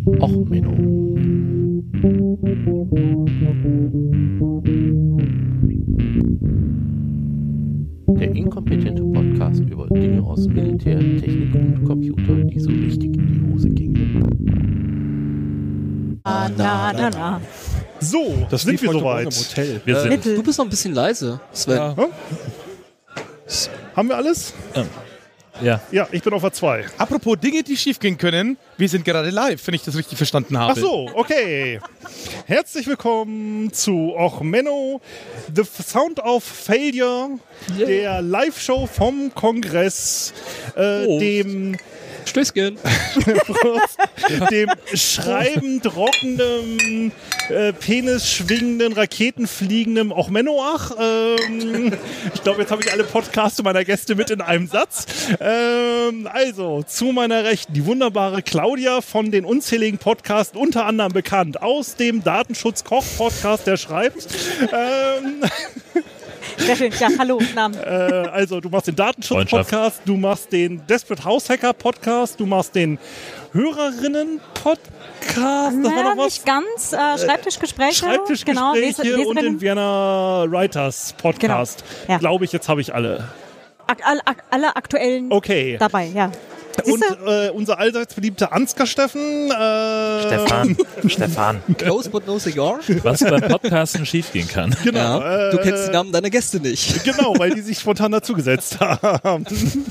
Och, Menno. Der inkompetente Podcast über Dinge aus Militär, Technik und Computer, die so richtig in die Hose gingen. So, das sind wir soweit. Du bist noch ein bisschen leise, Sven. Ja. Haben wir alles? Ja. Ja, ich bin auf der 2. Apropos Dinge, die schiefgehen können, wir sind gerade live, wenn ich das richtig verstanden habe. Ach so, okay. Herzlich willkommen zu Och Menno, The Sound of Failure, der Live-Show vom Kongress, dem Stößchen. dem schreibend rockenden, penisschwingenden, raketenfliegenden Och Mennoach. Ich glaube, jetzt habe ich alle Podcasts meiner Gäste mit in einem Satz. Also, zu meiner Rechten die wunderbare Claudia von den unzähligen Podcasts, unter anderem bekannt aus dem Datenschutz-Koch-Podcast, der schreibt. Sehr schön, ja, hallo, guten Abend. Also, du machst den Datenschutz-Podcast, du machst den Desperate House Hacker-Podcast, du machst den Hörerinnen-Podcast, das war noch was? Nicht ganz, Schreibtischgespräche. Genau, und den Vienna Writers Podcast. Genau, ja. Glaube ich, jetzt habe ich alle. Alle aktuellen dabei, ja. Und unser allseits beliebter Ansgar Steffen. Stefan. Close but no cigar. Was beim Podcasten schiefgehen kann. Genau. Ja, du kennst die Namen deiner Gäste nicht. Genau, weil die sich spontan dazugesetzt haben.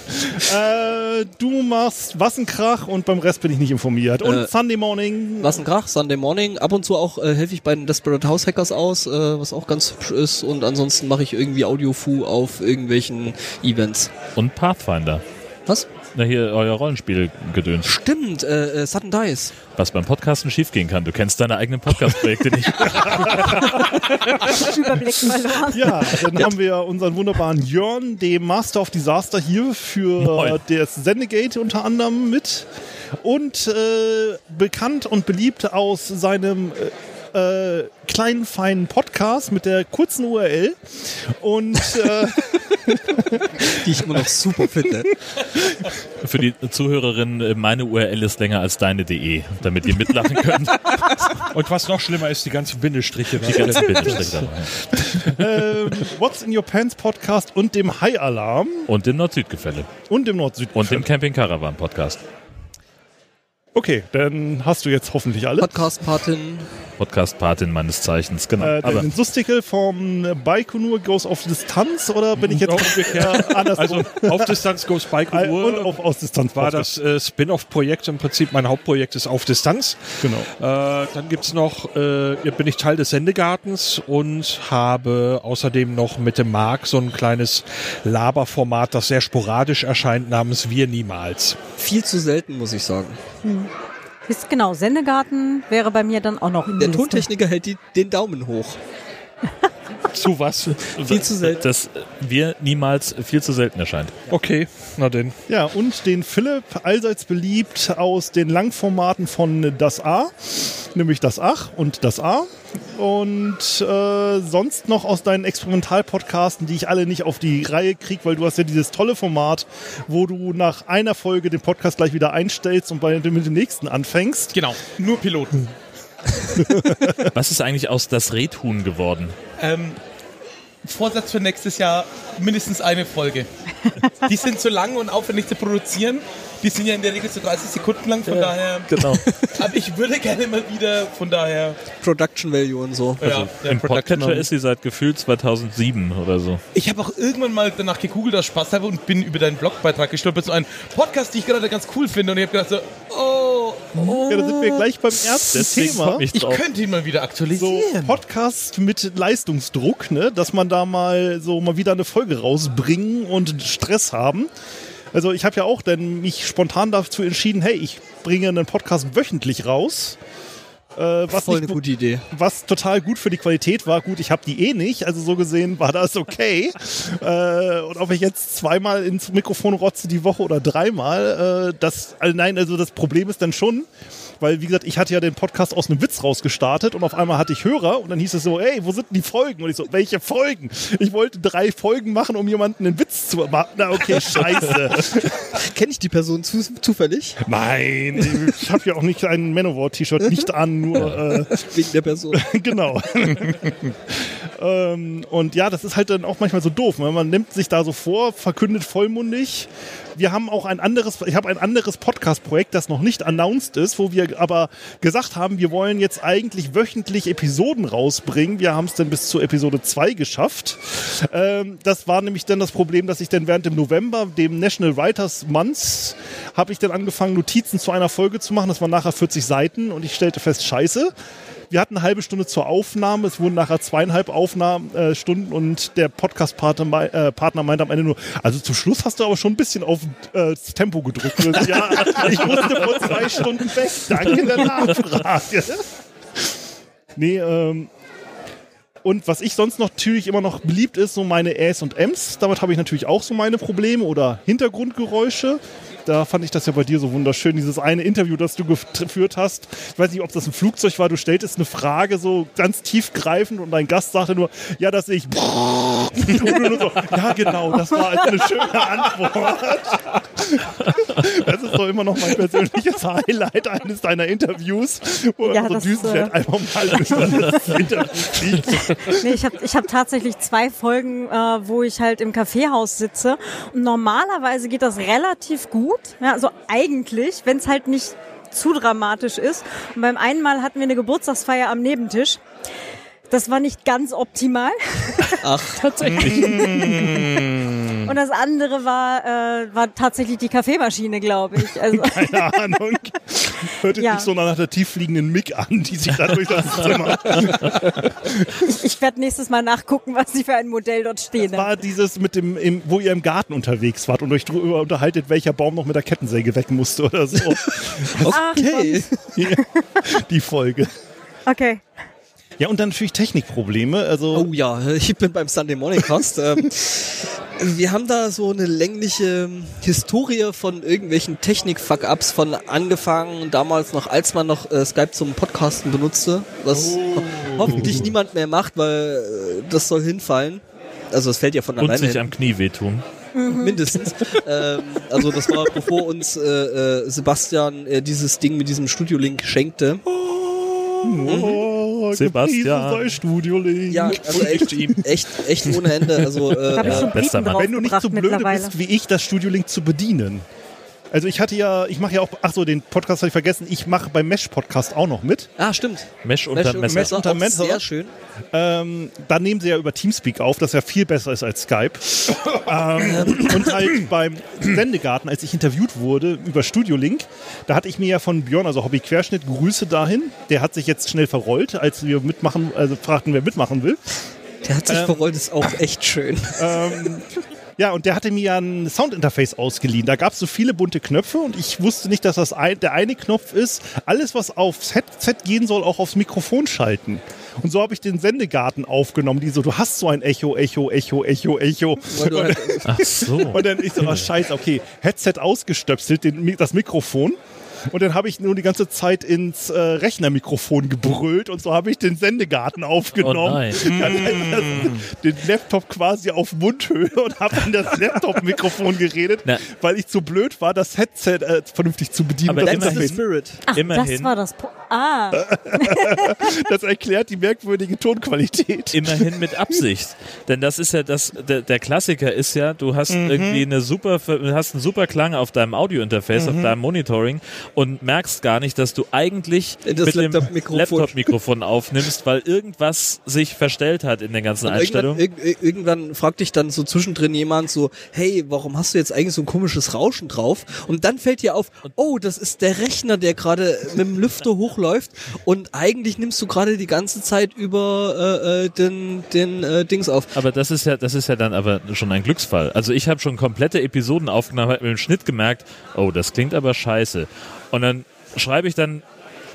Du machst Wassenkrach und beim Rest bin ich nicht informiert. Und Sunday Morning. Wassenkrach, Sunday Morning. Ab und zu auch helfe ich bei den Desperate House Hackers aus, was auch ganz hübsch ist. Und ansonsten mache ich irgendwie Audio-Fu auf irgendwelchen Events. Und Pathfinder. Was? Na hier, euer Rollenspiel-Gedöns. Stimmt, Sudden Dice. Was beim Podcasten schiefgehen kann. Du kennst deine eigenen Podcast-Projekte nicht. Überblick verloren. Ja, dann haben wir unseren wunderbaren Jörn, dem Master of Disaster hier für das Sendegate unter anderem mit. Und bekannt und beliebt aus seinem kleinen, feinen Podcast mit der kurzen URL. Und die ich immer noch super finde. Für die Zuhörerinnen, meine URL ist länger als deine.de, damit ihr mitlachen könnt. Und was noch schlimmer ist, die ganzen Bindestriche. Die ganzen Bindestriche. What's in Your Pants Podcast und dem High Alarm. Und dem Nord-Süd-Gefälle. Und dem Nord-Süd-Gefälle. Und dem Camping Caravan Podcast. Okay, dann hast du jetzt hoffentlich alle. Podcast-Patin meines Zeichens, genau. Den Sustikel vom Baikonur Goes auf Distanz, oder bin ich jetzt umgekehrt andersrum? Also auf Distanz Goes Baikonur und auf Aus Distanz war das Spin-off-Projekt im Prinzip. Mein Hauptprojekt ist Auf Distanz. Genau. Dann gibt es noch, bin ich Teil des Sendegartens und habe außerdem noch mit dem Marc so ein kleines Laberformat, das sehr sporadisch erscheint, namens Wir Niemals. Viel zu selten, muss ich sagen. Ist genau, Sendegarten wäre bei mir dann auch noch in der Der Tontechniker hält den Daumen hoch. Zu was? Viel zu selten. Dass wir niemals viel zu selten erscheint. Okay, na denn. Ja, und den Philipp, allseits beliebt aus den Langformaten von Das A, nämlich Das Ach und Das A. Und sonst noch aus deinen Experimentalpodcasten, die ich alle nicht auf die Reihe kriege, weil du hast ja dieses tolle Format, wo du nach einer Folge den Podcast gleich wieder einstellst und mit dem nächsten anfängst. Genau, nur Piloten. Was ist eigentlich aus Das Redhuhn geworden? Vorsatz für nächstes Jahr mindestens eine Folge. Die sind zu lang und aufwendig zu produzieren. Die sind ja in der Regel so 30 Sekunden lang, von daher. Genau. Aber ich würde gerne mal wieder, von daher. Production Value und so. Also im Podcatcher ist sie seit gefühlt 2007 oder so. Ich habe auch irgendwann mal danach gegoogelt aus Spaß halber und bin über deinen Blogbeitrag gestolpert, so einen Podcast, den ich gerade ganz cool finde. Und ich habe gedacht so, Ja, da sind wir gleich beim ersten Thema. ich könnte ihn mal wieder aktualisieren. So Podcast mit Leistungsdruck, ne? Dass man da mal wieder eine Folge rausbringen und Stress haben. Also ich habe ja auch dann mich spontan dazu entschieden, hey, ich bringe einen Podcast wöchentlich raus. Voll eine gute Idee. Was total gut für die Qualität war. Gut, ich habe die nicht, also so gesehen war das okay. Und ob ich jetzt zweimal ins Mikrofon rotze die Woche oder dreimal, das Problem ist dann schon, weil, wie gesagt, ich hatte ja den Podcast aus einem Witz rausgestartet und auf einmal hatte ich Hörer und dann hieß es so, hey, wo sind denn die Folgen? Und ich so, welche Folgen? Ich wollte 3 Folgen machen, um jemanden einen Witz zu machen. Na, okay, scheiße. Kenne ich die Person zufällig? Nein, ich habe ja auch nicht ein Manowar-T-Shirt nicht an, nur Wegen der Person. genau. Und ja, das ist halt dann auch manchmal so doof. Man nimmt sich da so vor, verkündet vollmundig. Wir haben auch ich habe ein anderes Podcast-Projekt, das noch nicht announced ist, wo wir aber gesagt haben, wir wollen jetzt eigentlich wöchentlich Episoden rausbringen. Wir haben es dann bis zur Episode 2 geschafft. Das war nämlich dann das Problem, dass ich dann während dem November, dem National Writers Month, habe ich dann angefangen, Notizen zu einer Folge zu machen. Das waren nachher 40 Seiten und ich stellte fest, scheiße. Wir hatten eine halbe Stunde zur Aufnahme, es wurden nachher 2,5 Stunden und der Podcast-Partner meinte am Ende nur, also zum Schluss hast du aber schon ein bisschen auf das Tempo gedrückt. Und ja, ich musste vor 2 Stunden weg. Danke der Nachfrage. Nee, und was ich sonst noch natürlich immer noch beliebt ist, so meine Äs und Ms. Damit habe ich natürlich auch so meine Probleme oder Hintergrundgeräusche. Da fand ich das ja bei dir so wunderschön, dieses eine Interview, das du geführt hast. Ich weiß nicht, ob das ein Flugzeug war. Du stelltest eine Frage so ganz tiefgreifend und dein Gast sagte nur, ja, das sehe ich. Und du nur so, ja, genau, das war eine schöne Antwort. Das ist doch immer noch mein persönliches Highlight eines deiner Interviews, wo Ja, so das, Düsenjet einfach mal über das Interview fliegt. Nee, ich hab tatsächlich 2 Folgen, wo ich halt im Kaffeehaus sitze. Und normalerweise geht das relativ gut. Ja, also eigentlich, wenn es halt nicht zu dramatisch ist. Und beim einen Mal hatten wir eine Geburtstagsfeier am Nebentisch. Das war nicht ganz optimal. Ach. Tatsächlich. Und das andere war tatsächlich die Kaffeemaschine, glaube ich. Also Keine Ahnung. Hörte Ja. sich so nach der tieffliegenden Mick an, die sich da durch das Zimmer... ich werde nächstes Mal nachgucken, was sie für ein Modell dort stehen. War dieses mit dem, wo ihr im Garten unterwegs wart und euch darüber unterhaltet, welcher Baum noch mit der Kettensäge weg musste oder so. Okay. Die Folge. Okay. Ja, und dann natürlich Technikprobleme. Also Oh ja, ich bin beim Sunday Morning Cast. Wir haben da so eine längliche Historie von irgendwelchen Technik-Fuck-Ups von angefangen, damals noch, als man noch Skype zum Podcasten benutzte, was hoffentlich niemand mehr macht, weil das soll hinfallen. Also es fällt ja von Und alleine sich hin. am Knie wehtun. Mindestens. Also das war, bevor uns Sebastian dieses Ding mit diesem Studio-Link schenkte. Sebastian. Sei Studio-Link. Ja, also echt ohne Ende. Also Da habe ich schon bester Briten Mann. drauf Wenn du nicht gebracht so blöde mittlerweile. bist wie ich, das Studio-Link zu bedienen. Also ich mache ja auch, den Podcast habe ich vergessen, ich mache beim Mesh-Podcast auch noch mit. stimmt. Mesh unter Mesh Messer. unter unter Messer. Sehr schön. Da nehmen sie ja über Teamspeak auf, das ja viel besser ist als Skype. Und halt beim Sendegarten, als ich interviewt wurde über Studio-Link, da hatte ich mir ja von Björn, also Hobby Querschnitt, Grüße dahin. Der hat sich jetzt schnell verrollt, als wir mitmachen, also fragten, wer mitmachen will. Der hat sich verrollt, ist auch echt schön. Ja, und der hatte mir ja ein Soundinterface ausgeliehen. Da gab es so viele bunte Knöpfe und ich wusste nicht, dass das der eine Knopf ist, alles, was aufs Headset gehen soll, auch aufs Mikrofon schalten. Und so habe ich den Sendegarten aufgenommen, die so, du hast so ein Echo. Weil du halt, Ach so. Und dann ich so, oh scheiße, okay, Headset ausgestöpselt, das Mikrofon. Und dann habe ich nur die ganze Zeit ins Rechnermikrofon gebrüllt und so habe ich den Sendegarten aufgenommen. Oh nein. Den Laptop quasi auf Mundhöhe und habe in das Laptop-Mikrofon geredet, Na. weil ich zu blöd war, das Headset vernünftig zu bedienen. Aber Und that's das, the Interface. spirit. Ach, Immerhin. das war das. Das erklärt die merkwürdige Tonqualität. Immerhin mit Absicht. Denn das ist ja der Klassiker ist ja, du hast irgendwie einen super Klang auf deinem Audio-Interface, auf deinem Monitoring und merkst gar nicht, dass du eigentlich Das mit dem Laptop-Mikrofon. Laptop-Mikrofon aufnimmst, weil irgendwas sich verstellt hat in den ganzen Einstellungen. Irgendwann fragt dich dann so zwischendrin jemand so, hey, warum hast du jetzt eigentlich so ein komisches Rauschen drauf? Und dann fällt dir auf, oh, das ist der Rechner, der gerade mit dem Lüfter hochläuft und eigentlich nimmst du gerade die ganze Zeit über den Dings auf. Aber das ist ja dann aber schon ein Glücksfall. Also ich habe schon komplette Episoden aufgenommen, habe mit dem Schnitt gemerkt, oh, das klingt aber scheiße. Und dann schreibe ich dann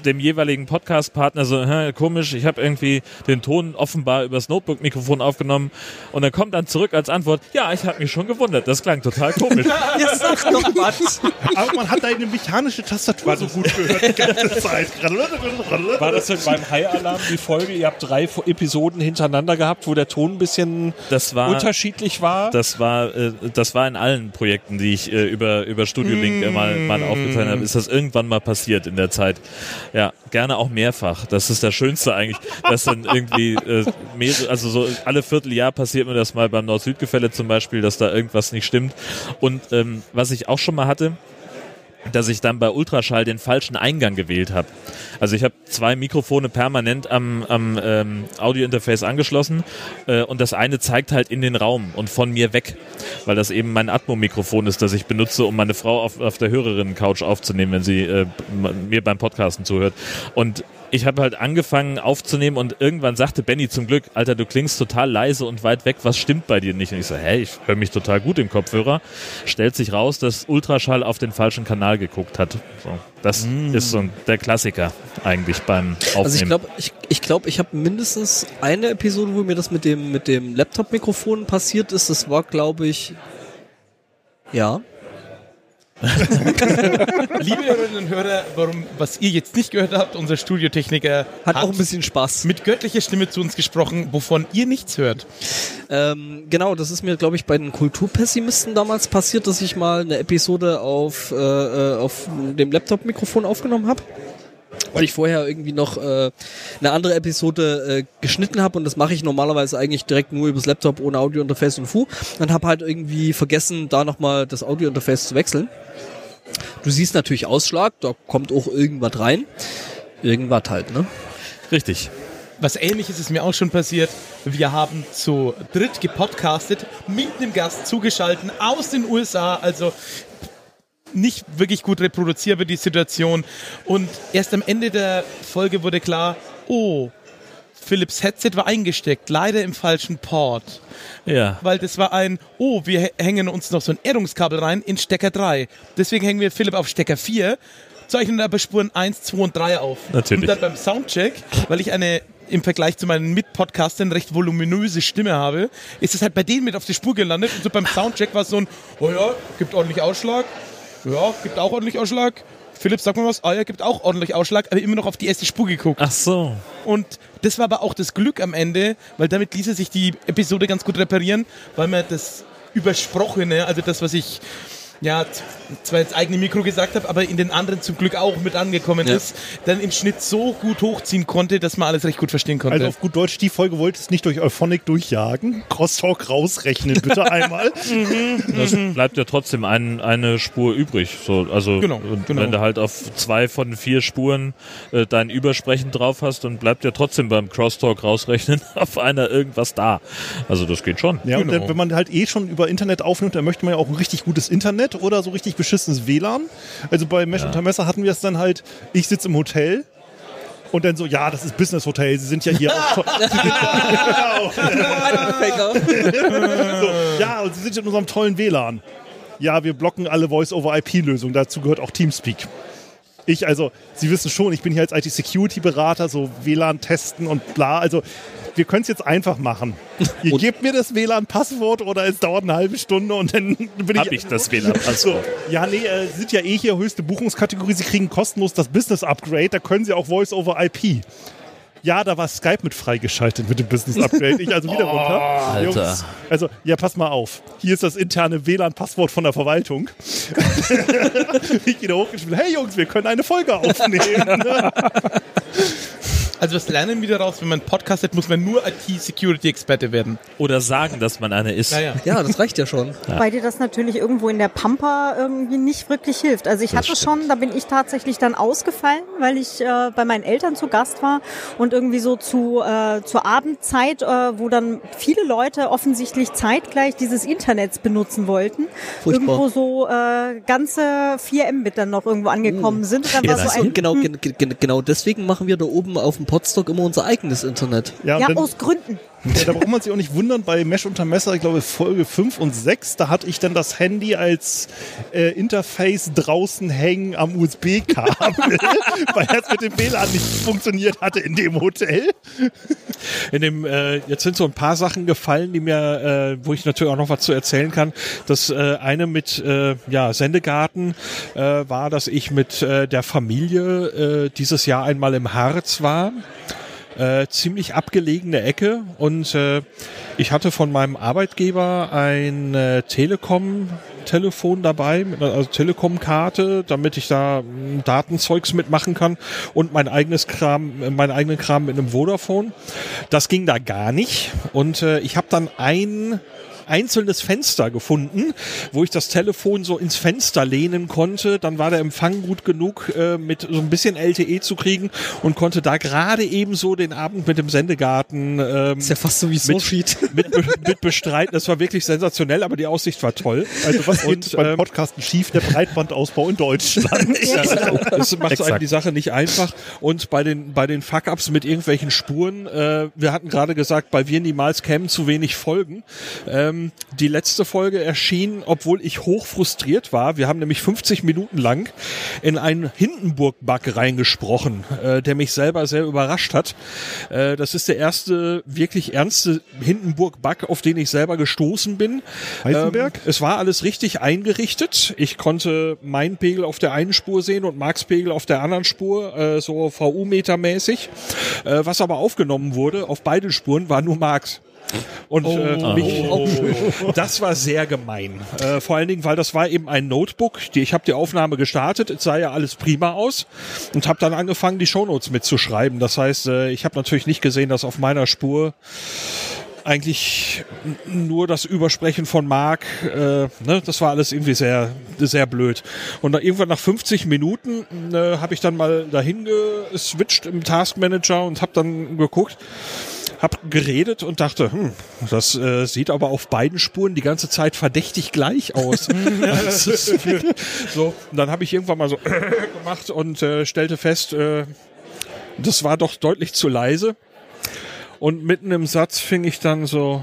dem jeweiligen Podcast-Partner so, komisch, ich habe irgendwie den Ton offenbar übers Notebook-Mikrofon aufgenommen und dann kommt dann zurück als Antwort, ja, ich habe mich schon gewundert, das klang total komisch. Ja, sag doch was. Aber man hat deine mechanische Tastatur so gut gehört die ganze Zeit. War das denn beim High-Alarm die Folge? Ihr habt 3 Episoden hintereinander gehabt, wo der Ton ein bisschen unterschiedlich war? Das war in allen Projekten, die ich über Studio Link mal aufgeteilt habe, ist das irgendwann mal passiert in der Zeit. Ja, gerne auch mehrfach. Das ist das Schönste eigentlich, dass dann irgendwie also so alle Vierteljahr passiert mir das mal beim Nord-Süd-Gefälle zum Beispiel, dass da irgendwas nicht stimmt. Und was ich auch schon mal hatte, dass ich dann bei Ultraschall den falschen Eingang gewählt habe. Also ich habe 2 Mikrofone permanent am Audio-Interface angeschlossen und das eine zeigt halt in den Raum und von mir weg, weil das eben mein Atmo-Mikrofon ist, das ich benutze, um meine Frau auf der Hörerinnen-Couch aufzunehmen, wenn sie mir beim Podcasten zuhört. Und ich habe halt angefangen aufzunehmen und irgendwann sagte Benny zum Glück, Alter, du klingst total leise und weit weg, was stimmt bei dir nicht? Und ich so, ich höre mich total gut im Kopfhörer. Stellt sich raus, dass Ultraschall auf den falschen Kanal geguckt hat. So, das ist so der Klassiker eigentlich beim Aufnehmen. Also ich glaube, ich habe mindestens eine Episode, wo mir das mit dem Laptop-Mikrofon passiert ist. Das war, glaube ich, ja. Liebe Hörerinnen und Hörer, was ihr jetzt nicht gehört habt, unser Studiotechniker hat auch ein bisschen Spaß. Mit göttlicher Stimme zu uns gesprochen, wovon ihr nichts hört. Genau, das ist mir, glaube ich, bei den Kulturpessimisten damals passiert, dass ich mal eine Episode auf dem Laptop-Mikrofon aufgenommen habe. Weil ich vorher irgendwie noch eine andere Episode geschnitten habe und das mache ich normalerweise eigentlich direkt nur übers Laptop ohne Audio-Interface und Fu. Dann habe halt irgendwie vergessen, da nochmal das Audio-Interface zu wechseln. Du siehst natürlich Ausschlag, da kommt auch irgendwas rein. Irgendwas halt, ne? Richtig. Was Ähnliches ist mir auch schon passiert. Wir haben zu dritt gepodcastet, mit einem Gast zugeschaltet aus den USA, also nicht wirklich gut reproduzierbar die Situation. Und erst am Ende der Folge wurde klar, Philips Headset war eingesteckt, leider im falschen Port. Ja. Weil das war wir hängen uns noch so ein Erdungskabel rein in Stecker 3. Deswegen hängen wir Philipp auf Stecker 4, zeichnen aber Spuren 1, 2 und 3 auf. Natürlich. Und dann beim Soundcheck, weil ich im Vergleich zu meinen Mitpodcastern recht voluminöse Stimme habe, ist es halt bei denen mit auf die Spur gelandet. Und so beim Soundcheck war es so ein, gibt ordentlich Ausschlag. Ja, gibt auch ordentlich Ausschlag. Philipp, sag mal was. Gibt auch ordentlich Ausschlag, aber immer noch auf die erste Spur geguckt. Ach so. Und das war aber auch das Glück am Ende, weil damit ließe sich die Episode ganz gut reparieren, weil man das Übersprochene, also das, was ich zwar ins eigene Mikro gesagt habe, aber in den anderen zum Glück auch mit angekommen ist, dann im Schnitt so gut hochziehen konnte, dass man alles recht gut verstehen konnte. Also auf gut Deutsch, die Folge wolltest nicht durch Euphonic durchjagen. Crosstalk rausrechnen, bitte einmal. Das bleibt ja trotzdem eine Spur übrig. So, also genau. Wenn du halt auf 2 von 4 Spuren dein Übersprechen drauf hast, dann bleibt ja trotzdem beim Crosstalk rausrechnen auf einer irgendwas da. Also das geht schon. Ja, und dann, wenn man halt schon über Internet aufnimmt, dann möchte man ja auch ein richtig gutes Internet oder so richtig beschissenes WLAN. Also bei Mesh unter Messer hatten wir es dann halt, ich sitze im Hotel und dann so, das ist Business Hotel, Sie sind ja hier auch und Sie sind in unserem tollen WLAN. Ja, wir blocken alle Voice-over-IP-Lösungen, dazu gehört auch Teamspeak. Sie wissen schon, ich bin hier als IT-Security-Berater, so WLAN testen und bla, also wir können es jetzt einfach machen. Ihr gebt mir das WLAN-Passwort oder es dauert eine halbe Stunde und dann bin Hab ich das WLAN-Passwort. So, Sie sind ja hier höchste Buchungskategorie, Sie kriegen kostenlos das Business-Upgrade, da können Sie auch Voice-over-IP. Ja, da war Skype mit freigeschaltet mit dem Business-Upgrade. Ich also wieder runter. Alter. Jungs, pass mal auf. Hier ist das interne WLAN-Passwort von der Verwaltung. Ich gehe da hochgeschrieben, hey Jungs, wir können eine Folge aufnehmen. Also was lernen wir daraus, wenn man podcastet, muss man nur IT-Security-Experte werden. Oder sagen, dass man eine ist. Ja, das reicht ja schon. Weil dir das natürlich irgendwo in der Pampa irgendwie nicht wirklich hilft. Also ich hatte schon, da bin ich tatsächlich dann ausgefallen, weil ich bei meinen Eltern zu Gast war und irgendwie so zur Abendzeit, wo dann viele Leute offensichtlich zeitgleich dieses Internets benutzen wollten, Furchtbar. irgendwo so ganze 4 Mbit dann noch irgendwo angekommen sind. Und dann war so Genau deswegen machen wir da oben auf dem Podstock immer unser eigenes Internet. Ja, aus Gründen. Ja, da braucht man sich auch nicht wundern, bei Mesh unter Messer, ich glaube Folge 5 und 6, da hatte ich dann das Handy als Interface draußen hängen am USB-Kabel, weil das mit dem WLAN nicht funktioniert hatte in dem Hotel. Jetzt sind so ein paar Sachen gefallen, die mir, wo ich natürlich auch noch was zu erzählen kann. Das eine mit Sendegarten war, dass ich mit der Familie dieses Jahr einmal im Harz war. Ziemlich abgelegene Ecke und ich hatte von meinem Arbeitgeber ein Telekom-Telefon dabei, also Telekom-Karte, damit ich da Datenzeugs mitmachen kann und meinen eigenen Kram mit einem Vodafone. Das ging da gar nicht und ich habe dann ein einzelnes Fenster gefunden, wo ich das Telefon so ins Fenster lehnen konnte. Dann war der Empfang gut genug, mit so ein bisschen LTE zu kriegen und konnte da gerade eben so den Abend mit dem Sendegarten ist ja fast so wie Soulsheet mit bestreiten. Das war wirklich sensationell, aber die Aussicht war toll. Also was geht beim Podcasten schief? Der Breitbandausbau in Deutschland. Das macht einem die Sache nicht einfach. Und bei den Fuck-Ups mit irgendwelchen Spuren, wir hatten gerade gesagt, bei Wir niemals kämen zu wenig Folgen. Die letzte Folge erschien, obwohl ich hoch frustriert war. Wir haben nämlich 50 Minuten lang in einen Hindenburg-Bug reingesprochen, der mich selber sehr überrascht hat. Das ist der erste wirklich ernste Hindenburg-Bug, auf den ich selber gestoßen bin. Heisenberg? Es war alles richtig eingerichtet. Ich konnte meinen Pegel auf der einen Spur sehen und Marks Pegel auf der anderen Spur, so VU-Meter-mäßig. Was aber aufgenommen wurde auf beide Spuren, war nur Marks. Und das war sehr gemein. Vor allen Dingen, weil das war eben ein Notebook. Ich habe die Aufnahme gestartet, es sah ja alles prima aus und habe dann angefangen, die Shownotes mitzuschreiben. Das heißt, ich habe natürlich nicht gesehen, dass auf meiner Spur eigentlich nur das Übersprechen von Mark, das war alles irgendwie sehr, sehr blöd. Und dann irgendwann nach 50 Minuten habe ich dann mal dahin geswitcht im Taskmanager und habe dann geguckt, hab geredet und dachte, das sieht aber auf beiden Spuren die ganze Zeit verdächtig gleich aus. Das ist so. Und dann habe ich irgendwann mal so gemacht und stellte fest, das war doch deutlich zu leise. Und mitten im Satz fing ich dann so,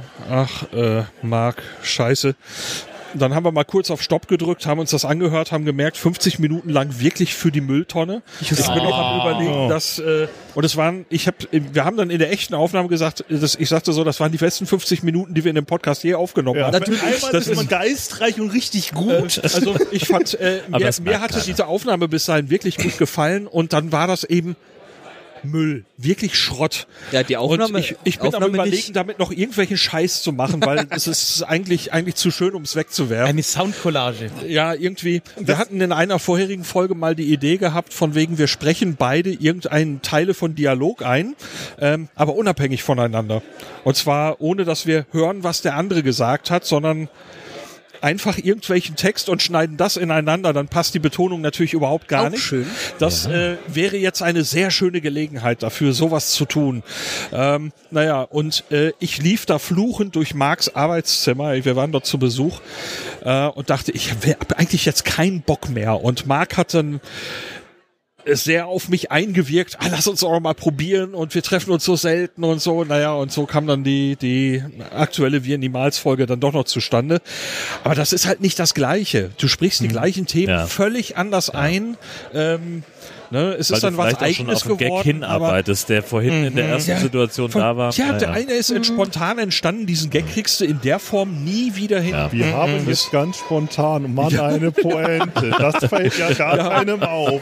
Mark, scheiße. Dann haben wir mal kurz auf Stopp gedrückt, haben uns das angehört, haben gemerkt, 50 Minuten lang wirklich für die Mülltonne. Ich bin noch am Überlegen, dass und es waren, wir haben dann in der echten Aufnahme gesagt, ich sagte so, das waren die besten 50 Minuten, die wir in dem Podcast je aufgenommen haben. Natürlich, einmal ist immer geistreich und richtig gut. Also ich fand, mir hatte diese Aufnahme bis dahin wirklich gut gefallen und dann war das eben Müll, wirklich Schrott. Ja, die Aufnahme. Und ich bin am Überlegen, damit noch irgendwelchen Scheiß zu machen, weil es ist eigentlich zu schön, um es wegzuwerfen. Eine Soundcollage. Ja, irgendwie. Wir hatten in einer vorherigen Folge mal die Idee gehabt, von wegen, wir sprechen beide irgendeinen Teile von Dialog ein, aber unabhängig voneinander. Und zwar ohne, dass wir hören, was der andere gesagt hat, sondern einfach irgendwelchen Text und schneiden das ineinander, dann passt die Betonung natürlich überhaupt gar nicht. Schön. Das wäre jetzt eine sehr schöne Gelegenheit dafür, sowas zu tun. Ich lief da fluchend durch Marks Arbeitszimmer, wir waren dort zu Besuch und dachte, ich habe eigentlich jetzt keinen Bock mehr. Und Mark hat dann sehr auf mich eingewirkt, lass uns auch mal probieren und wir treffen uns so selten und so. Und so kam dann die aktuelle Wir niemals Folge dann doch noch zustande. Aber das ist halt nicht das Gleiche. Du sprichst die gleichen Themen völlig anders ein. Es ist dann was Eigenes geworden. Gag hinarbeitest, der vorhin in der ersten Situation da war. Ja, der eine ist spontan entstanden. Diesen Gag kriegst du in der Form nie wieder hin. Ja. Wir haben es ganz spontan. Mann, eine Pointe. Das fällt ja gar keinem auf.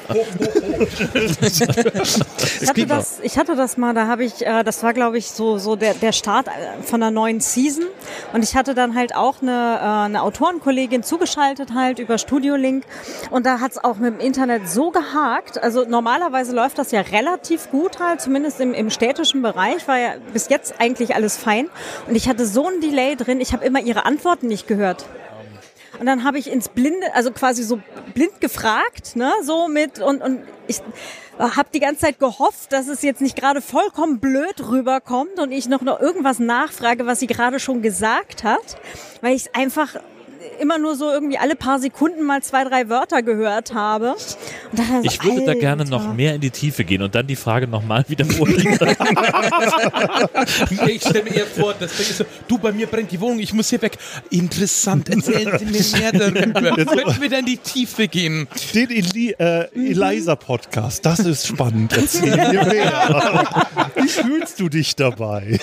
Ich hatte das mal, das war glaube ich so der Start von einer neuen Season und ich hatte dann halt auch eine Autorenkollegin zugeschaltet halt über Studio Link und da hat es auch mit dem Internet so gehakt, also normalerweise läuft das ja relativ gut halt, zumindest im städtischen Bereich war ja bis jetzt eigentlich alles fein und ich hatte so ein Delay drin, ich habe immer ihre Antworten nicht gehört. Und dann habe ich ins Blinde, also quasi so blind gefragt, und ich habe die ganze Zeit gehofft, dass es jetzt nicht gerade vollkommen blöd rüberkommt und ich noch irgendwas nachfrage, was sie gerade schon gesagt hat, weil ich es einfach immer nur so irgendwie alle paar Sekunden mal 2, 3 Wörter gehört habe. Und dann Ich würde da gerne noch mehr in die Tiefe gehen und dann die Frage nochmal wiederholen. Ich stelle mir eher vor, das Ding ist so, du, bei mir brennt die Wohnung, ich muss hier weg. Interessant, erzählen Sie mir mehr darüber. Könnten wir da in die Tiefe gehen? Den Eliza-Podcast, das ist spannend. Erzähl mir mehr. Wie fühlst du dich dabei?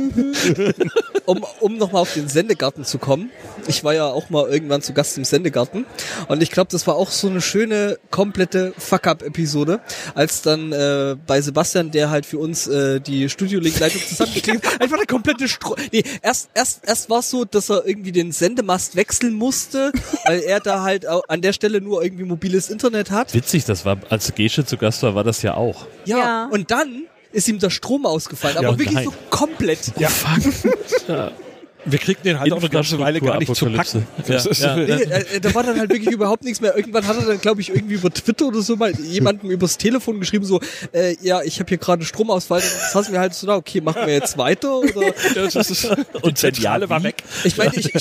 Um nochmal auf den Sendegarten zu kommen. Ich war ja auch mal irgendwann zu Gast im Sendegarten und ich glaube, das war auch so eine schöne, komplette Fuck-Up-Episode, als dann bei Sebastian, der halt für uns die Studio-Link-Leitung zusammengeklebt hat, einfach eine komplette erst war es so, dass er irgendwie den Sendemast wechseln musste, weil er da halt an der Stelle nur irgendwie mobiles Internet hat. Witzig, das war, als Gesche zu Gast war das ja auch. Ja. Und dann ist ihm der Strom ausgefallen, aber wirklich nein. so komplett. Ja. Wir kriegten den halt auch eine ganze Weile gar nicht zu packen. Da war dann halt wirklich überhaupt nichts mehr. Irgendwann hat er dann, glaube ich, irgendwie über Twitter oder so mal jemandem übers Telefon geschrieben, so, ja, ich habe hier gerade Stromausfall. Das hast du mir halt so, okay, machen wir jetzt weiter? Oder? Und Zentrale war weg. Ich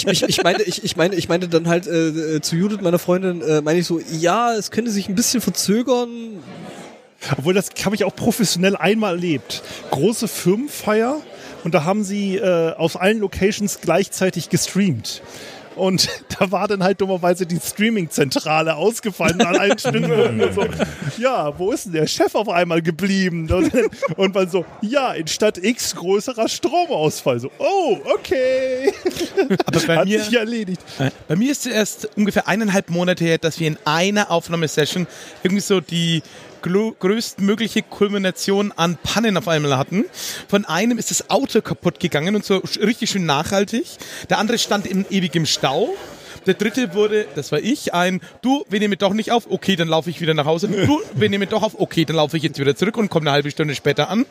meine dann halt zu Judith, meiner Freundin, meine ich so, ja, es könnte sich ein bisschen verzögern. Obwohl, das habe ich auch professionell einmal erlebt. Große Firmenfeier und da haben sie aus allen Locations gleichzeitig gestreamt. Und da war dann halt dummerweise die Streaming-Zentrale ausgefallen an allen Stünden. Und so, ja, wo ist denn der Chef auf einmal geblieben? Und man so, ja, in Stadt X größerer Stromausfall. So, oh, okay. Aber bei Hat mir, sich erledigt. Bei mir ist es erst ungefähr 1,5 Monate her, dass wir in einer Aufnahmesession irgendwie so die größtmögliche Kulmination an Pannen auf einmal hatten. Von einem ist das Auto kaputt gegangen und so richtig schön nachhaltig. Der andere stand ewig im Stau. Der dritte wurde, das war ich, du, wir nehmen doch nicht auf, okay, dann laufe ich wieder nach Hause. Du, wir nehmen doch auf, okay, dann laufe ich jetzt wieder zurück und komme eine halbe Stunde später an.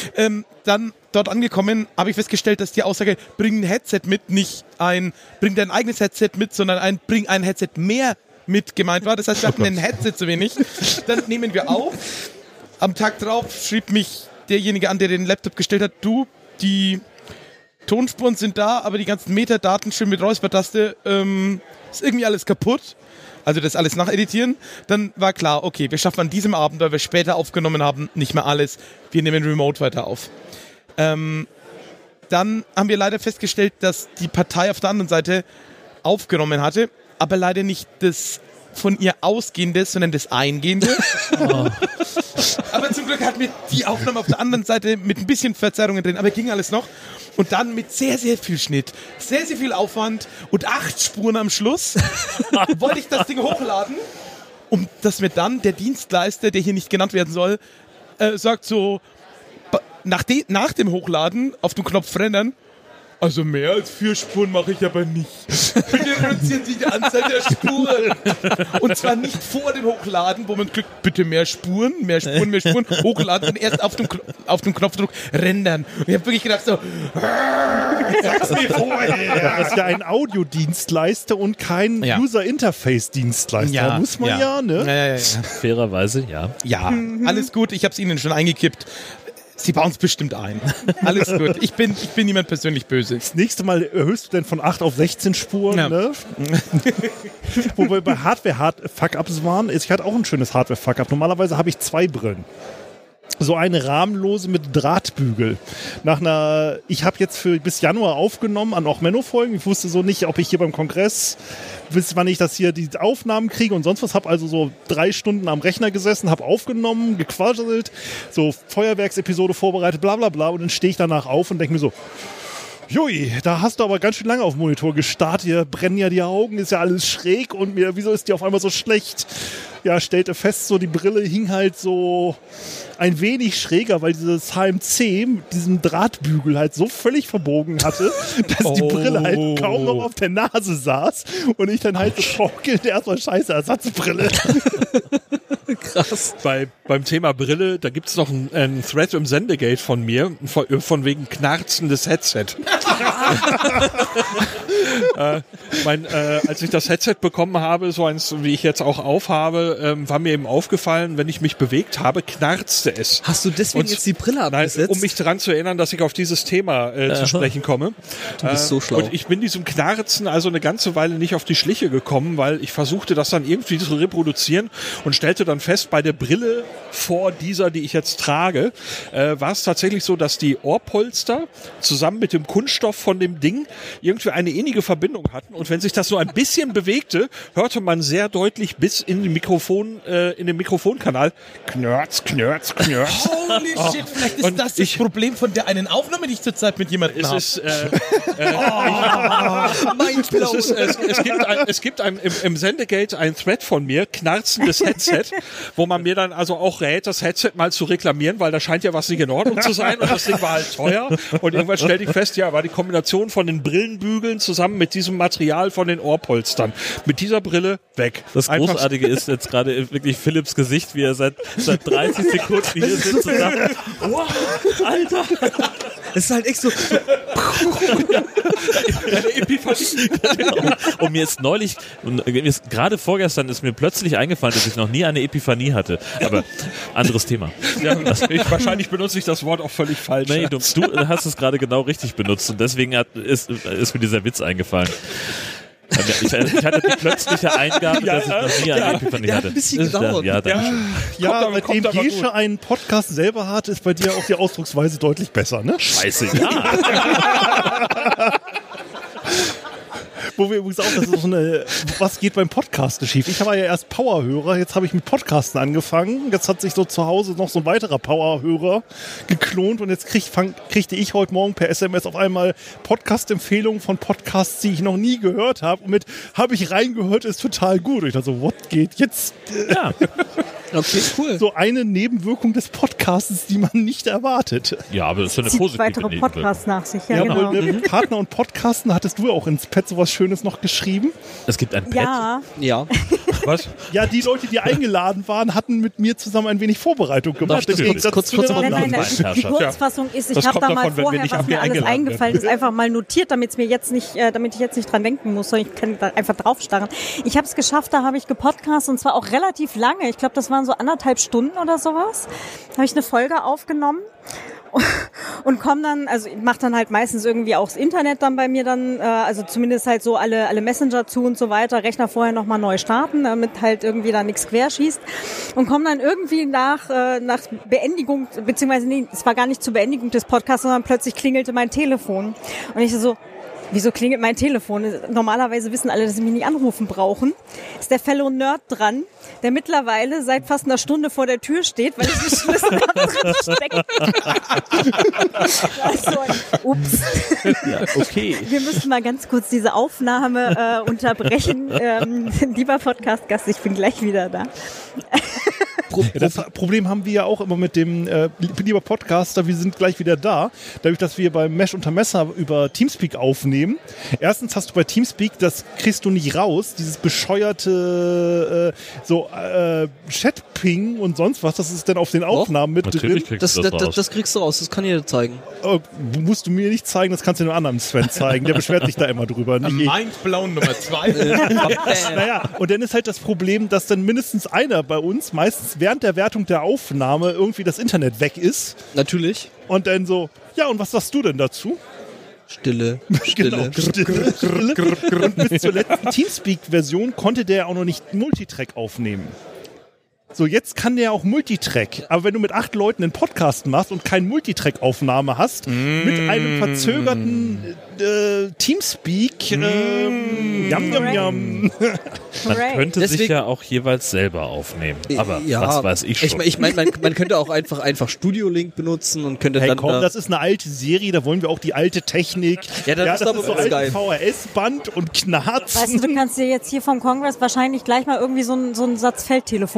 Dann dort angekommen, habe ich festgestellt, dass die Aussage, bring ein Headset mit, nicht bring dein eigenes Headset mit, sondern bring ein Headset mehr mit gemeint war. Das heißt, wir hatten ein Headset zu wenig. Dann nehmen wir auf. Am Tag drauf schrieb mich derjenige an, der den Laptop gestellt hat, du, die Tonspuren sind da, aber die ganzen Metadaten schön mit Räuspertaste, ist irgendwie alles kaputt. Also das alles nacheditieren. Dann war klar, okay, wir schaffen an diesem Abend, weil wir später aufgenommen haben, nicht mehr alles. Wir nehmen Remote weiter auf. Dann haben wir leider festgestellt, dass die Partei auf der anderen Seite aufgenommen hatte, aber leider nicht das von ihr ausgehende, sondern das eingehende. Oh. Aber zum Glück hatten wir die Aufnahme auf der anderen Seite mit ein bisschen Verzerrungen drin, aber ging alles noch. Und dann mit sehr, sehr viel Schnitt, sehr, sehr viel Aufwand und 8 Spuren am Schluss wollte ich das Ding hochladen, um dass mir dann der Dienstleister, der hier nicht genannt werden soll, sagt so, nach dem Hochladen auf den Knopf rendern, also mehr als 4 Spuren mache ich aber nicht. Bitte reduzieren Sie die Anzahl der Spuren. Und zwar nicht vor dem Hochladen, wo man klickt, bitte mehr Spuren, hochladen und erst auf dem Knopfdruck rendern. Und ich habe wirklich gedacht so, sag's mir vorher. Das ist ja ein Audiodienstleister und kein User-Interface-Dienstleister. Ja, Muss man ne? Ja. Fairerweise, ja. Ja, alles gut, ich habe es Ihnen schon eingekippt. Sie bauen es bestimmt ein. Alles gut. Ich bin niemand persönlich böse. Das nächste Mal erhöhst du denn von 8 auf 16 Spuren, ja. Ne? Wo wir bei Hardware-Fuck-Ups waren, ich hatte auch ein schönes Hardware-Fuck-Up. Normalerweise habe ich 2 Brillen. So eine rahmenlose mit Drahtbügel. Ich habe jetzt bis Januar aufgenommen an auch Menno-Folgen. Ich wusste so nicht, ob ich hier beim Kongress, wann ich das hier die Aufnahmen kriege und sonst was. Habe also so 3 Stunden am Rechner gesessen, habe aufgenommen, gequasselt, so Feuerwerksepisode vorbereitet, bla bla bla. Und dann stehe ich danach auf und denke mir so, Jui, da hast du aber ganz schön lange auf dem Monitor gestarrt. Hier brennen ja die Augen, ist ja alles schräg und wieso ist die auf einmal so schlecht? Ja, stellte fest, so die Brille hing halt so ein wenig schräger, weil dieses HMC mit diesem Drahtbügel halt so völlig verbogen hatte, dass die Brille halt kaum noch auf der Nase saß und ich dann halt so schaukelnd erstmal scheiße Ersatzbrille. Krass. Beim Thema Brille, da gibt's noch einen Thread im Sendegate von mir, von wegen knarzendes Headset. Als ich das Headset bekommen habe, so eins, wie ich jetzt auch aufhabe, war mir eben aufgefallen, wenn ich mich bewegt habe, knarzte es. Hast du deswegen jetzt die Brille abgesetzt? Nein, um mich daran zu erinnern, dass ich auf dieses Thema zu sprechen komme. Du bist so schlau. Und ich bin diesem Knarzen also eine ganze Weile nicht auf die Schliche gekommen, weil ich versuchte, das dann irgendwie zu reproduzieren und stellte dann fest, bei der Brille vor dieser, die ich jetzt trage, war es tatsächlich so, dass die Ohrpolster zusammen mit dem Kunststoff von dem Ding irgendwie eine innige Verbindung hatten. Und wenn sich das so ein bisschen bewegte, hörte man sehr deutlich bis in den Mikrofonkanal Knörz, Knörz, Knörz. Holy shit, vielleicht ist das Problem von der einen Aufnahme, die ich zurzeit mit jemandem habe. Es gibt im Sendegate ein Thread von mir, knarzendes Headset, wo man mir dann also auch rät, das Headset mal zu reklamieren, weil da scheint ja was nicht in Ordnung zu sein und das Ding war halt teuer. Und irgendwann stellte ich fest, ja, war die Kombination von den Brillenbügeln zusammen mit diesem Material von den Ohrpolstern. Mit dieser Brille weg. Das Großartige ist jetzt gerade wirklich Philipps Gesicht, wie er seit 30 Sekunden hier sitzt und sagt, wow, Alter. Es ist halt echt so. Und mir ist gerade vorgestern ist mir plötzlich eingefallen, dass ich noch nie eine Epiphanie hatte. Aber anderes Thema. Ja, wahrscheinlich benutze ich das Wort auch völlig falsch. Nee, du hast es gerade genau richtig benutzt und deswegen ist mir dieser Witz eingefallen. Ich hatte die plötzliche Eingabe, dass ich noch nie eine Epiphanie hatte. Hat ein bisschen gedauert. Seitdem Gesche einen Podcast selber hat, ist bei dir auch die Ausdrucksweise deutlich besser, ne? Scheiße, ja. Wo wir übrigens auch, das ist so eine, was geht beim Podcasten schief? Ich war ja erst Powerhörer, jetzt habe ich mit Podcasten angefangen. Jetzt hat sich so zu Hause noch so ein weiterer Powerhörer geklont und jetzt kriegte ich heute Morgen per SMS auf einmal Podcast-Empfehlungen von Podcasts, die ich noch nie gehört habe. Und mit habe ich reingehört, ist total gut. Und ich dachte so, what geht jetzt? Ja. Okay, cool. So eine Nebenwirkung des Podcasts, die man nicht erwartet. Ja, aber das ist eine Zieht positive weitere Nebenwirkung. Podcasts nach sich, ja, Ja, genau. mit Partner und Podcasten hattest du ja auch ins Pad sowas Schönes noch geschrieben. Es gibt ein Pad. Ja, Ja. Was? Ja, die Leute, die eingeladen waren, hatten mit mir zusammen ein wenig Vorbereitung gemacht. stimmt. Im Gegensatz Kurz zu den am anderen. nein, die Herrschaft, Kurzfassung ist, ich Das habe kommt da mal davon, wenn wir vorher, nicht was an mir mir alles eingeladen eingefallen ist, einfach mal notiert, damit ich jetzt nicht dran denken muss, sondern ich kann da einfach draufstarren. Ich habe es geschafft, da habe ich gepodcast und zwar auch relativ lange. Ich glaube, das waren so 1,5 Stunden oder sowas. Da habe ich eine Folge aufgenommen. Und komm dann, also ich mache dann halt meistens irgendwie auch das Internet dann bei mir dann, also zumindest halt so alle Messenger zu und so weiter, Rechner vorher nochmal neu starten, damit halt irgendwie da nichts querschießt und komm dann irgendwie nach Beendigung, beziehungsweise nee, es war gar nicht zur Beendigung des Podcasts, sondern plötzlich klingelte mein Telefon und ich so, wieso klingelt mein Telefon? Normalerweise wissen alle, dass sie mich nicht anrufen brauchen. Ist der Fellow Nerd dran, der mittlerweile seit fast einer Stunde vor der Tür steht, weil ich den Schlüssel drin stecke. Also, ups. Ja, okay. Wir müssen mal ganz kurz diese Aufnahme unterbrechen. Lieber Podcast-Gast, ich bin gleich wieder da. Das Problem haben wir ja auch immer mit dem lieber Podcaster, wir sind gleich wieder da. Dadurch, dass wir beim Mesh unter Messer über Teamspeak aufnehmen. Erstens hast du bei Teamspeak, das kriegst du nicht raus, dieses bescheuerte Chat-Ping und sonst was, das ist dann auf den Aufnahmen mit drin. Natürlich kriegst du das raus. Das kriegst du raus, das kann jeder zeigen. Musst du mir nicht zeigen, das kannst du dem anderen Sven zeigen. Der beschwert sich da immer drüber. Nicht ich. Mindblown Nummer 2. Naja, und dann ist halt das Problem, dass dann mindestens einer bei uns, meistens während der Wertung der Aufnahme, irgendwie das Internet weg ist. Natürlich. Und dann so, ja, und was sagst du denn dazu? Stille. Genau, Stille. Und bis zur letzten Teamspeak-Version konnte der auch noch nicht Multitrack aufnehmen. So, jetzt kann der auch Multitrack. Aber wenn du mit 8 Leuten einen Podcast machst und keine Multitrack-Aufnahme hast, mit einem verzögerten Teamspeak, yum, yum, yum. Man könnte sich ja auch jeweils selber aufnehmen. Aber ja, was weiß ich schon. Ich meine, man könnte auch einfach Studio Link benutzen und könnte Hey, dann. komm, das ist eine alte Serie, da wollen wir auch die alte Technik. Ja, das ist aber so geil. alte VHS-Band und Knarzen. Weißt du, du kannst dir jetzt hier vom Kongress wahrscheinlich gleich mal irgendwie so einen Satz Feldtelefone Ja, mitnehmen.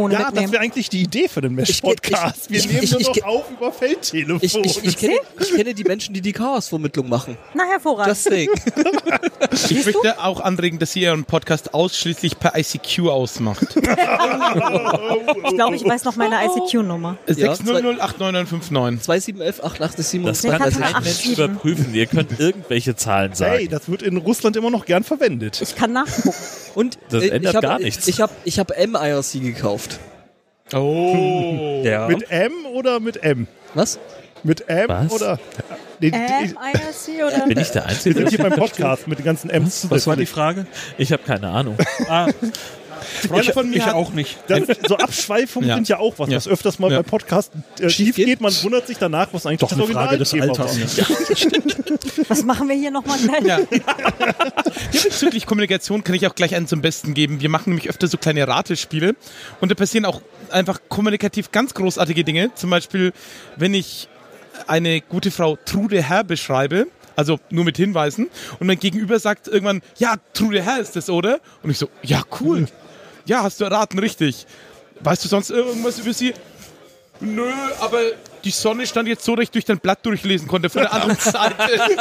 Das wäre eigentlich die Idee für den Mesh-Podcast. Wir nehmen nur noch auf über Feldtelefon. Ich kenne die Menschen, die Chaosvermittlung machen. Na, hervorragend. Just saying. Ich möchte auch anregen, dass ihr euren Podcast ausschließlich per ICQ ausmacht. Ich glaube, ich weiß noch meine ICQ-Nummer. 600899959. 27118887. Das kann kein Mensch überprüfen. Ihr könnt irgendwelche Zahlen sagen. Hey, das wird in Russland immer noch gern verwendet. Ich kann nachgucken. Und Das ändert gar nichts. Ich hab M-IRC gekauft. Oh. Ja. Mit M oder mit M? Was? Mit M Was? oder? Nee, IRC oder? Bin ich der wir Einzige? sind hier beim Podcast mit den ganzen M's. Was war die Frage? Ich habe keine Ahnung. Freunde von mir Ich hat- auch nicht. So Abschweifungen Ja. sind ja auch was, Ja. was öfters mal Ja. bei Podcasts schief geht. Man wundert sich danach, was eigentlich Doch eine Frage des Originalthema Alters. war. Was machen wir hier nochmal gleich? Ja. Ja, bezüglich Kommunikation kann ich auch gleich einen zum Besten geben. Wir machen nämlich öfter so kleine Ratespiele und da passieren auch einfach kommunikativ ganz großartige Dinge. Zum Beispiel, wenn ich eine gute Frau Trude Herr beschreibe, also nur mit Hinweisen, und mein Gegenüber sagt irgendwann, ja, Trude Herr ist das, oder? Und ich so, ja, cool. Ja, hast du erraten, richtig. Weißt du sonst irgendwas über sie? Nö, aber die Sonne stand jetzt so, dass ich durch dein Blatt durchlesen konnte von der anderen Seite.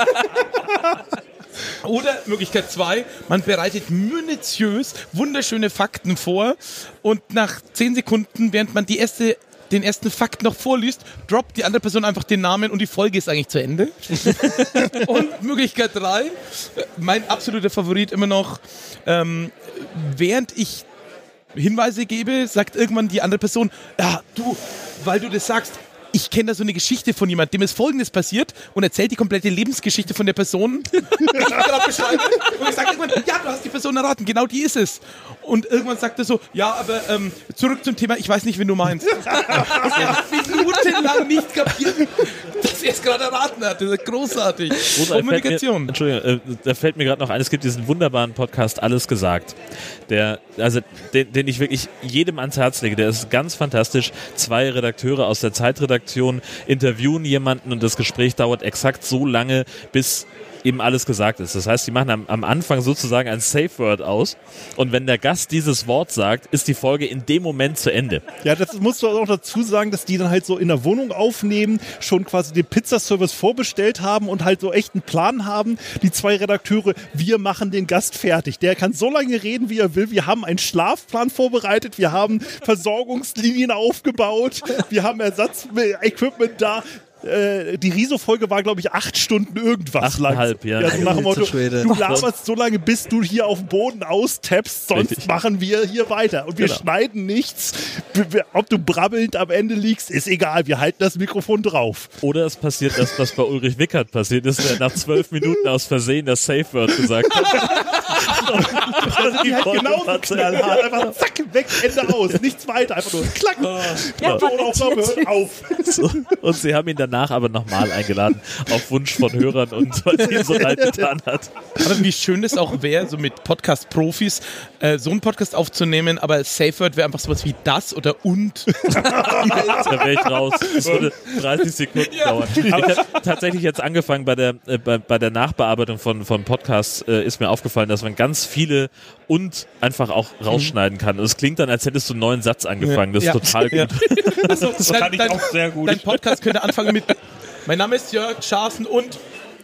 Oder Möglichkeit 2, man bereitet minutiös wunderschöne Fakten vor und nach 10 Sekunden, während man den ersten Fakt noch vorliest, droppt die andere Person einfach den Namen und die Folge ist eigentlich zu Ende. Und Möglichkeit 3, mein absoluter Favorit immer noch, während ich Hinweise gebe, sagt irgendwann die andere Person, ja, du, weil du das sagst, ich kenne da so eine Geschichte von jemandem, dem ist Folgendes passiert und erzählt die komplette Lebensgeschichte von der Person. Die ich gerade beschreibe. Und ich sage irgendwann, ja, du hast die Person erraten, genau die ist es. Und irgendwann sagt er so, ja, aber zurück zum Thema, ich weiß nicht, wen du meinst. Er hat minutenlang nicht kapiert, dass er es gerade erraten hat. Das ist großartig. Kommunikation. Da fällt mir gerade noch ein, es gibt diesen wunderbaren Podcast Alles gesagt, den ich wirklich jedem ans Herz lege, der ist ganz fantastisch. 2 Redakteure aus der Zeitredaktion interviewen jemanden und das Gespräch dauert exakt so lange, bis eben alles gesagt ist. Das heißt, die machen am Anfang sozusagen ein Safe Word aus und wenn der Gast dieses Wort sagt, ist die Folge in dem Moment zu Ende. Ja, das musst du auch dazu sagen, dass die dann halt so in der Wohnung aufnehmen, schon quasi den Pizzaservice vorbestellt haben und halt so echt einen Plan haben. Die 2 Redakteure, wir machen den Gast fertig. Der kann so lange reden, wie er will. Wir haben einen Schlafplan vorbereitet, wir haben Versorgungslinien aufgebaut, wir haben Ersatzequipment da. Die Riso-Folge war, glaube ich, 8 Stunden irgendwas lang. 8,5, ja. Also nach dem Motto, Schwede. du laberst so lange, bis du hier auf dem Boden austappst, sonst Richtig. machen wir hier weiter. Und wir schneiden nichts. Ob du brabbelnd am Ende liegst, ist egal. Wir halten das Mikrofon drauf. Oder es passiert das, was bei Ulrich Wickert passiert ist, der nach 12 Minuten aus Versehen das Safe Word gesagt hat. Also die halt Folge genauso war zu knallhart. Einfach zack, weg, Ende aus. Nichts weiter. Einfach nur klack. Ja, Tonaufnahme hört auf. So. Und sie haben ihn danach aber nochmal eingeladen, auf Wunsch von Hörern und weil es ihm so leid getan hat. Aber wie schön es auch wäre, so mit Podcast-Profis so einen Podcast aufzunehmen, aber Safe Word wäre einfach sowas wie das oder und. Da wäre ich raus. Das würde 30 Sekunden dauern. Ich habe tatsächlich jetzt angefangen bei der Nachbearbeitung von Podcasts, ist mir aufgefallen, dass man ganz viele und einfach auch rausschneiden kann. Und es klingt dann, als hättest du einen neuen Satz angefangen. Das ist total gut. Also, Das kann ich auch sehr gut. Dein Podcast könnte anfangen mit mein Name ist Jörg Schafen und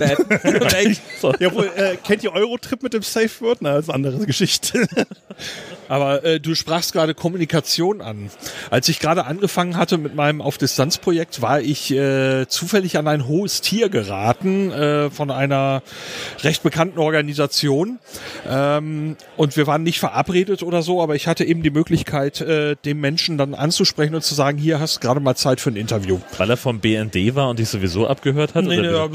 Jawohl, kennt ihr Eurotrip mit dem Safe Word? Na, das ist eine andere Geschichte. Aber du sprachst gerade Kommunikation an. Als ich gerade angefangen hatte mit meinem Auf-Distanz-Projekt, war ich zufällig an ein hohes Tier geraten von einer recht bekannten Organisation. Und wir waren nicht verabredet oder so, aber ich hatte eben die Möglichkeit, dem Menschen dann anzusprechen und zu sagen, hier hast du gerade mal Zeit für ein Interview. Weil er vom BND war und dich sowieso abgehört hat? Oder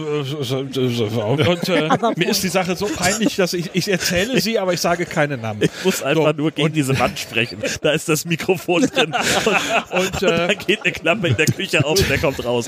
und mir ist die Sache so peinlich, dass ich erzähle sie, aber ich sage keine Namen. ich muss einfach nur gegen diese Wand sprechen. Da ist das Mikrofon drin. Und da geht eine Klappe in der Küche auf und der kommt raus.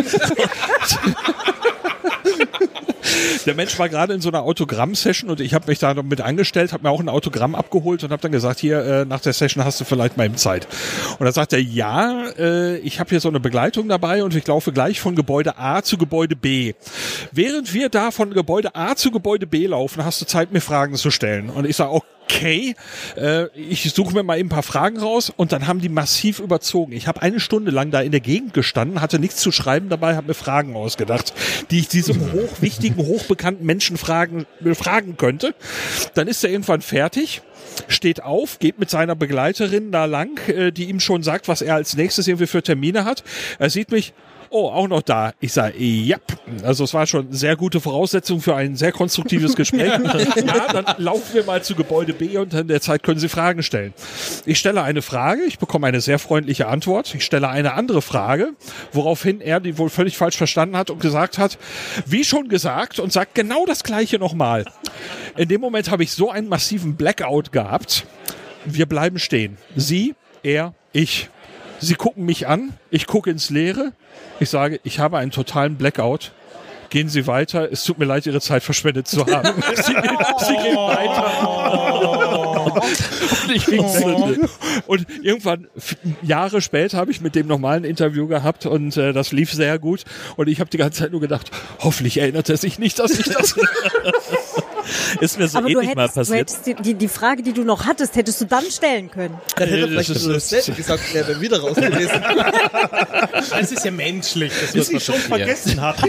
Der Mensch war gerade in so einer Autogramm-Session und ich habe mich da noch mit angestellt, habe mir auch ein Autogramm abgeholt und habe dann gesagt, hier, nach der Session hast du vielleicht mal eben Zeit. Und dann sagt er, ja, ich habe hier so eine Begleitung dabei und ich laufe gleich von Gebäude A zu Gebäude B. Während wir da von Gebäude A zu Gebäude B laufen, hast du Zeit, mir Fragen zu stellen. Und ich sage, okay, ich suche mir mal eben ein paar Fragen raus und dann haben die massiv überzogen. Ich habe 1 Stunde lang da in der Gegend gestanden, hatte nichts zu schreiben dabei, habe mir Fragen ausgedacht, die ich diesem hochwichtigen, hochbekannten Menschen fragen könnte. Dann ist er irgendwann fertig, steht auf, geht mit seiner Begleiterin da lang, die ihm schon sagt, was er als nächstes irgendwie für Termine hat. Er sieht mich, oh, auch noch da. Ich sage, ja. Also es war schon sehr gute Voraussetzung für ein sehr konstruktives Gespräch. Ja, dann laufen wir mal zu Gebäude B und in der Zeit können Sie Fragen stellen. Ich stelle eine Frage, ich bekomme eine sehr freundliche Antwort. Ich stelle eine andere Frage, woraufhin er die wohl völlig falsch verstanden hat und gesagt hat, wie schon gesagt, und sagt genau das Gleiche nochmal. In dem Moment habe ich so einen massiven Blackout gehabt. Wir bleiben stehen. Sie, er, ich. Sie gucken mich an, ich gucke ins Leere. Ich sage, ich habe einen totalen Blackout. Gehen Sie weiter. Es tut mir leid, Ihre Zeit verschwendet zu haben. Sie gehen weiter. Und ich ging weg. Und irgendwann, Jahre später, habe ich mit dem nochmal ein Interview gehabt und das lief sehr gut. Und ich habe die ganze Zeit nur gedacht, hoffentlich erinnert er sich nicht, dass ich das... Ist mir so aber ähnlich mal passiert. Du hättest die Frage, die du noch hattest, hättest du dann stellen können. Dann hätte er vielleicht dasselbe gesagt, er wäre wieder raus gewesen. Das ist ja menschlich. Das Bis ich schon vergessen habe.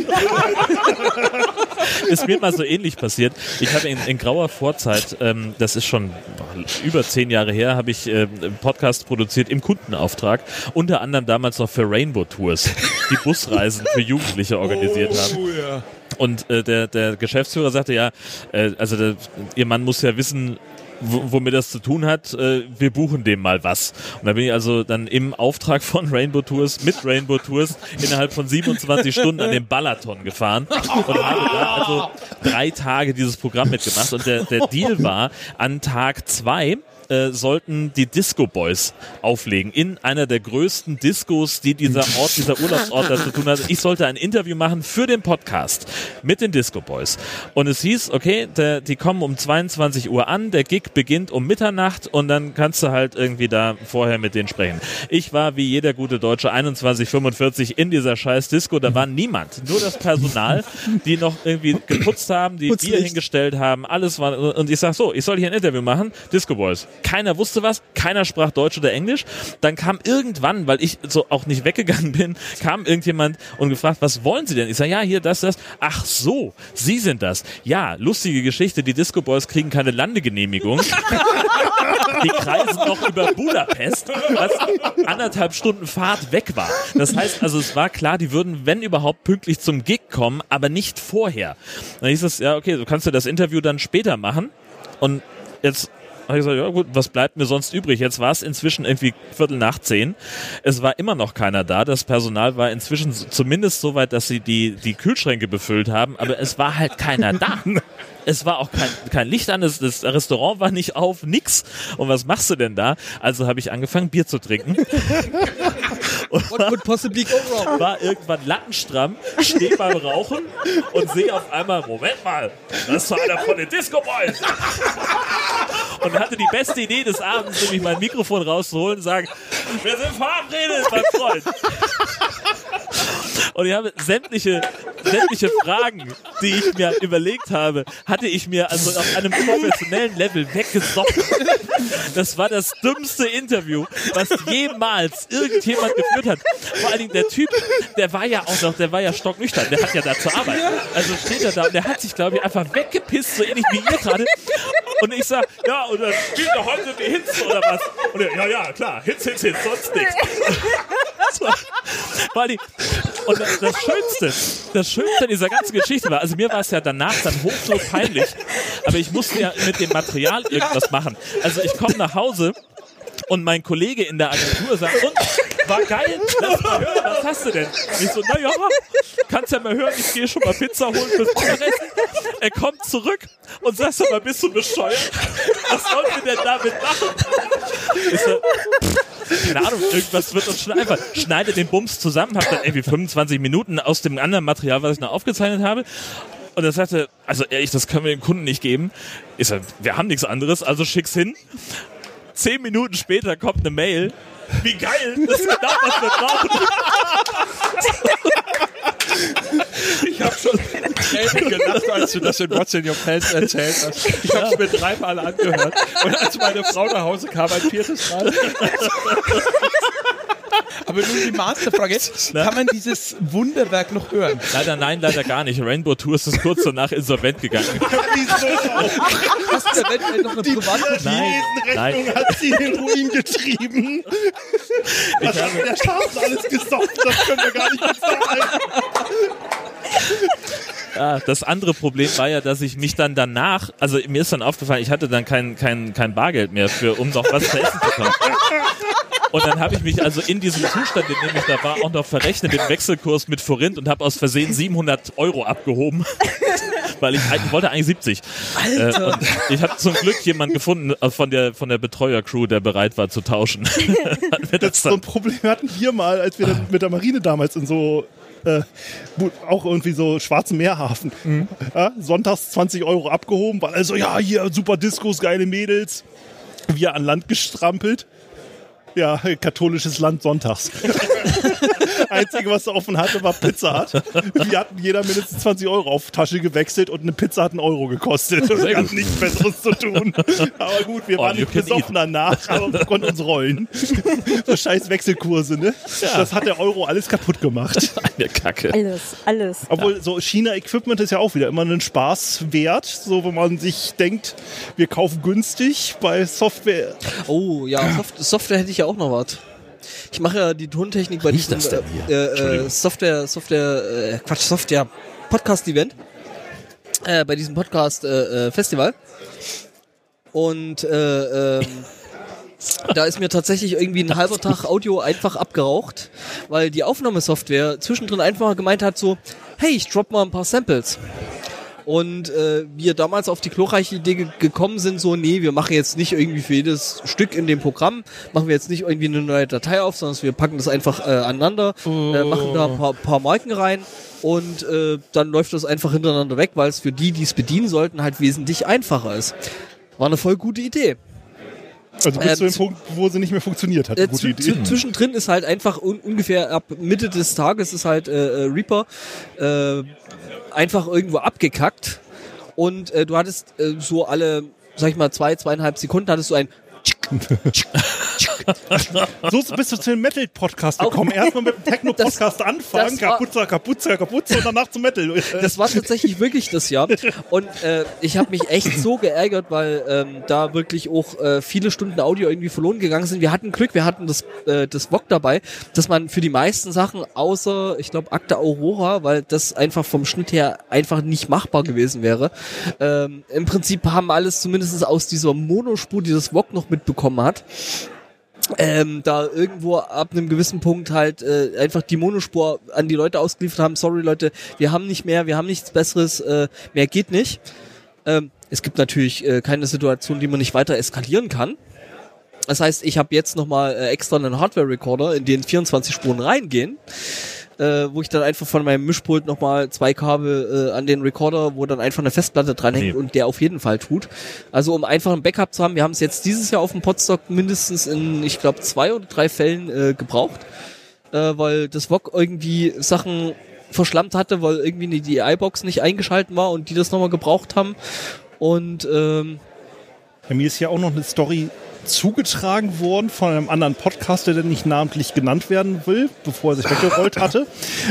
Ist mir mal so ähnlich passiert. Ich habe in grauer Vorzeit, das ist schon über 10 Jahre her, habe ich einen Podcast produziert im Kundenauftrag. Unter anderem damals noch für Rainbow Tours, die Busreisen für Jugendliche organisiert haben. Ja. Und der Geschäftsführer sagte, ja, Ihr Mann muss ja wissen, womit das zu tun hat, wir buchen dem mal was. Und da bin ich also dann im Auftrag von Rainbow Tours mit Rainbow Tours innerhalb von 27 Stunden an den Balaton gefahren und habe da also 3 Tage dieses Programm mitgemacht. Und der Deal war, an Tag 2 sollten die Disco Boys auflegen in einer der größten Discos, die dieser Urlaubsort dazu tun hat. Ich sollte ein Interview machen für den Podcast mit den Disco Boys. Und es hieß, okay, die kommen um 22 Uhr an, der Gig beginnt um Mitternacht und dann kannst du halt irgendwie da vorher mit denen sprechen. Ich war wie jeder gute Deutsche 21:45 in dieser scheiß Disco, da war niemand, nur das Personal, die noch irgendwie geputzt haben, die Bier hingestellt haben, alles war, und ich sag so, ich soll hier ein Interview machen, Disco Boys. Keiner wusste was, keiner sprach Deutsch oder Englisch. Dann kam irgendwann, weil ich so auch nicht weggegangen bin, kam irgendjemand und gefragt, was wollen Sie denn? Ich sage, ja, hier, das. Ach so, Sie sind das. Ja, lustige Geschichte, die Disco Boys kriegen keine Landegenehmigung. Die kreisen noch über Budapest, was 1,5 Stunden Fahrt weg war. Das heißt also, es war klar, die würden, wenn überhaupt, pünktlich zum Gig kommen, aber nicht vorher. Dann hieß es, ja, okay, du kannst ja das Interview dann später machen. Und jetzt habe ich gesagt, ja gut, was bleibt mir sonst übrig? Jetzt war es inzwischen irgendwie 9:15. Es war immer noch keiner da. Das Personal war inzwischen zumindest so weit, dass sie die Kühlschränke befüllt haben, aber es war halt keiner da. Es war auch kein Licht an, das Restaurant war nicht auf, nix. Und was machst du denn da? Also habe ich angefangen, Bier zu trinken. What could possibly go wrong? War irgendwann lattenstramm, stehe beim Rauchen und sehe auf einmal, Moment mal, das ist doch einer von den Disco Boys. Und hatte die beste Idee des Abends, nämlich mein Mikrofon rauszuholen und sagen, wir sind verabredet, mein Freund. Und ich habe sämtliche Fragen, die ich mir überlegt habe, hatte ich mir also auf einem professionellen Level weggesoffen. Das war das dümmste Interview, was jemals irgendjemand geführt hat. Vor allen Dingen der Typ, der war ja stocknüchtern, der hat ja da zur Arbeit. Also steht er da und der hat sich, glaube ich, einfach weggepisst, so ähnlich wie ihr gerade. Und ich sag, ja, und dann spielt er heute die Hits oder was? Und er, ja, klar, Hits, sonst nichts. Und das Schönste dieser ganzen Geschichte war, also mir war es ja danach dann hochso peinlich, aber ich musste ja mit dem Material irgendwas machen. Also ich komme nach Hause und mein Kollege in der Agentur sagt, und, war geil, lass mal hören, was hast du denn? Und ich so, naja, kannst ja mal hören, ich gehe schon mal Pizza holen fürs Mittagessen. Er kommt zurück und sagt, sag mal, bist du bescheuert? Was sollen wir denn damit machen? Ich so, keine Ahnung, irgendwas wird uns schon einfach. Schneide den Bums zusammen, hab dann irgendwie 25 Minuten aus dem anderen Material, was ich noch aufgezeichnet habe. Und er sagte, also ehrlich, das können wir dem Kunden nicht geben. Ich sag, wir haben nichts anderes, also schick's hin. 10 Minuten später kommt eine Mail. Wie geil, das ist genau, was wir brauchen. Ich habe schon Tränen gelacht, als als du das in What's in Your Pants erzählt hast. Ich habe es mir 3 Mal angehört. Und als meine Frau nach Hause kam, ein 4. Mal. Aber nun die Masterfrage, kann man dieses Wunderwerk noch hören? Leider gar nicht. Rainbow Tours ist kurz danach insolvent gegangen. Hast du eventuell noch eine private? Rechnung hat sie in den Ruin getrieben. Der Schafen alles gesoffen, das können wir gar nicht bezahlen. Ja, das andere Problem war ja, dass ich mich dann danach, also mir ist dann aufgefallen, ich hatte dann kein Bargeld mehr um noch was zu essen zu können. Und dann habe ich mich also in diesem Zustand, in dem ich da war, auch noch verrechnet im Wechselkurs mit Forint und habe aus Versehen 700 € abgehoben, weil ich wollte eigentlich 70. Alter. Und ich habe zum Glück jemanden gefunden von der Betreuercrew, der bereit war zu tauschen. Das so ein Problem hatten wir mal, als wir dann mit der Marine damals in so auch irgendwie so Schwarzen Meerhafen. Ja, sonntags 20 € abgehoben, weil also ja, hier super Diskos, geile Mädels. Wir an Land gestrampelt. Ja, katholisches Land sonntags. Einzige, was er offen hatte, war Pizza Hut. Wir hatten jeder mindestens 20 € auf Tasche gewechselt und eine Pizza hat 1 € gekostet. Wir hatten nichts Besseres zu tun. Aber gut, wir waren nicht besoffen danach, aber wir konnten uns rollen. So scheiß Wechselkurse, ne? Ja. Das hat der Euro alles kaputt gemacht. Eine Kacke. Alles. Obwohl, so China-Equipment ist ja auch wieder immer einen Spaß wert. So, wenn man sich denkt, wir kaufen günstig bei Software. Oh ja, Software hätte ich ja auch noch was. Ich mache ja die Tontechnik bei diesem Software-Podcast-Event. Bei diesem Podcast-Festival. Und da ist mir tatsächlich irgendwie ein halber Tag Audio einfach abgeraucht, weil die Aufnahmesoftware zwischendrin einfach gemeint hat so, hey, ich drop mal ein paar Samples. Und wir damals auf die glorreiche Idee gekommen sind, so, nee, wir machen jetzt nicht irgendwie für jedes Stück in dem Programm, machen wir jetzt nicht irgendwie eine neue Datei auf, sondern wir packen das einfach aneinander, machen da ein paar Marken rein und dann läuft das einfach hintereinander weg, weil es für die es bedienen sollten, halt wesentlich einfacher ist. War eine voll gute Idee. Also bis zu dem Punkt, wo sie nicht mehr funktioniert hat. Gute Idee. Zwischendrin ist halt einfach ungefähr ab Mitte des Tages ist halt Reaper einfach irgendwo abgekackt und du hattest so alle, sag ich mal, 2,5 Sekunden hattest du ein So bist du zu dem Metal-Podcast gekommen. Erstmal mit dem Techno-Podcast anfangen, Kapuze und danach zum Metal. Das war tatsächlich wirklich das Jahr. Und ich habe mich echt so geärgert, weil da wirklich auch viele Stunden Audio irgendwie verloren gegangen sind. Wir hatten Glück, wir hatten das VOG dabei, dass man für die meisten Sachen, außer, ich glaube, Acta Aurora, weil das einfach vom Schnitt her einfach nicht machbar gewesen wäre. Im Prinzip haben alles zumindest aus dieser Monospur, die das VOG noch mitbekommen hat, da irgendwo ab einem gewissen Punkt halt einfach die Monospur an die Leute ausgeliefert haben, sorry Leute, wir haben nicht mehr, wir haben nichts Besseres, mehr geht nicht. Es gibt natürlich keine Situation, die man nicht weiter eskalieren kann. Das heißt, ich habe jetzt nochmal extra einen Hardware-Recorder, in den 24 Spuren reingehen, wo ich dann einfach von meinem Mischpult nochmal 2 Kabel an den Recorder, wo dann einfach eine Festplatte dranhängt und der auf jeden Fall tut. Also um einfach ein Backup zu haben, wir haben es jetzt dieses Jahr auf dem Podstock mindestens in, ich glaube, 2 oder 3 Fällen gebraucht, weil das VOG irgendwie Sachen verschlammt hatte, weil irgendwie die DI-Box nicht eingeschalten war und die das nochmal gebraucht haben. Und bei mir ist ja auch noch eine Story zugetragen worden von einem anderen Podcaster, der nicht namentlich genannt werden will, bevor er sich weggerollt hatte.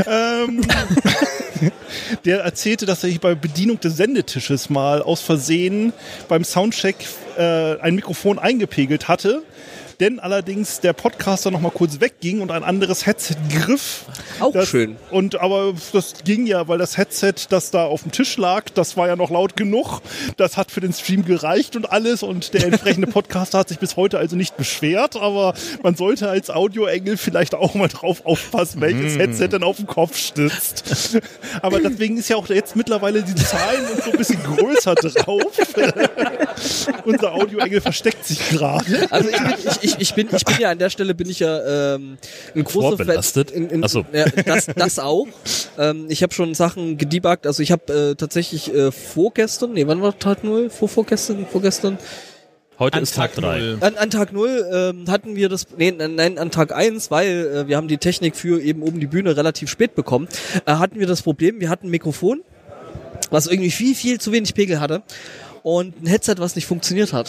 Der erzählte, dass er sich bei Bedienung des Sendetisches mal aus Versehen beim Soundcheck ein Mikrofon eingepegelt hatte, denn allerdings der Podcaster noch mal kurz wegging und ein anderes Headset griff. Auch schön. Aber das ging ja, weil das Headset, das da auf dem Tisch lag, das war ja noch laut genug. Das hat für den Stream gereicht und alles und der entsprechende Podcaster hat sich bis heute also nicht beschwert, aber man sollte als Audioengel vielleicht auch mal drauf aufpassen, welches Headset denn auf dem Kopf stützt. Aber deswegen ist ja auch jetzt mittlerweile die Zahlen und so ein bisschen größer drauf. Unser Audioengel versteckt sich gerade. Also ich bin ja an der Stelle bin ich ja ein großer Fan. Achso. Ja, das auch. Ich habe schon Sachen gedebuggt. Also ich habe tatsächlich vorgestern, wann war Tag 0? Vorgestern. Heute ist Tag 3. An Tag 0 hatten wir das, an Tag 1, weil wir haben die Technik für eben oben die Bühne relativ spät bekommen, hatten wir das Problem, wir hatten ein Mikrofon, was irgendwie viel, viel zu wenig Pegel hatte und ein Headset, was nicht funktioniert hat.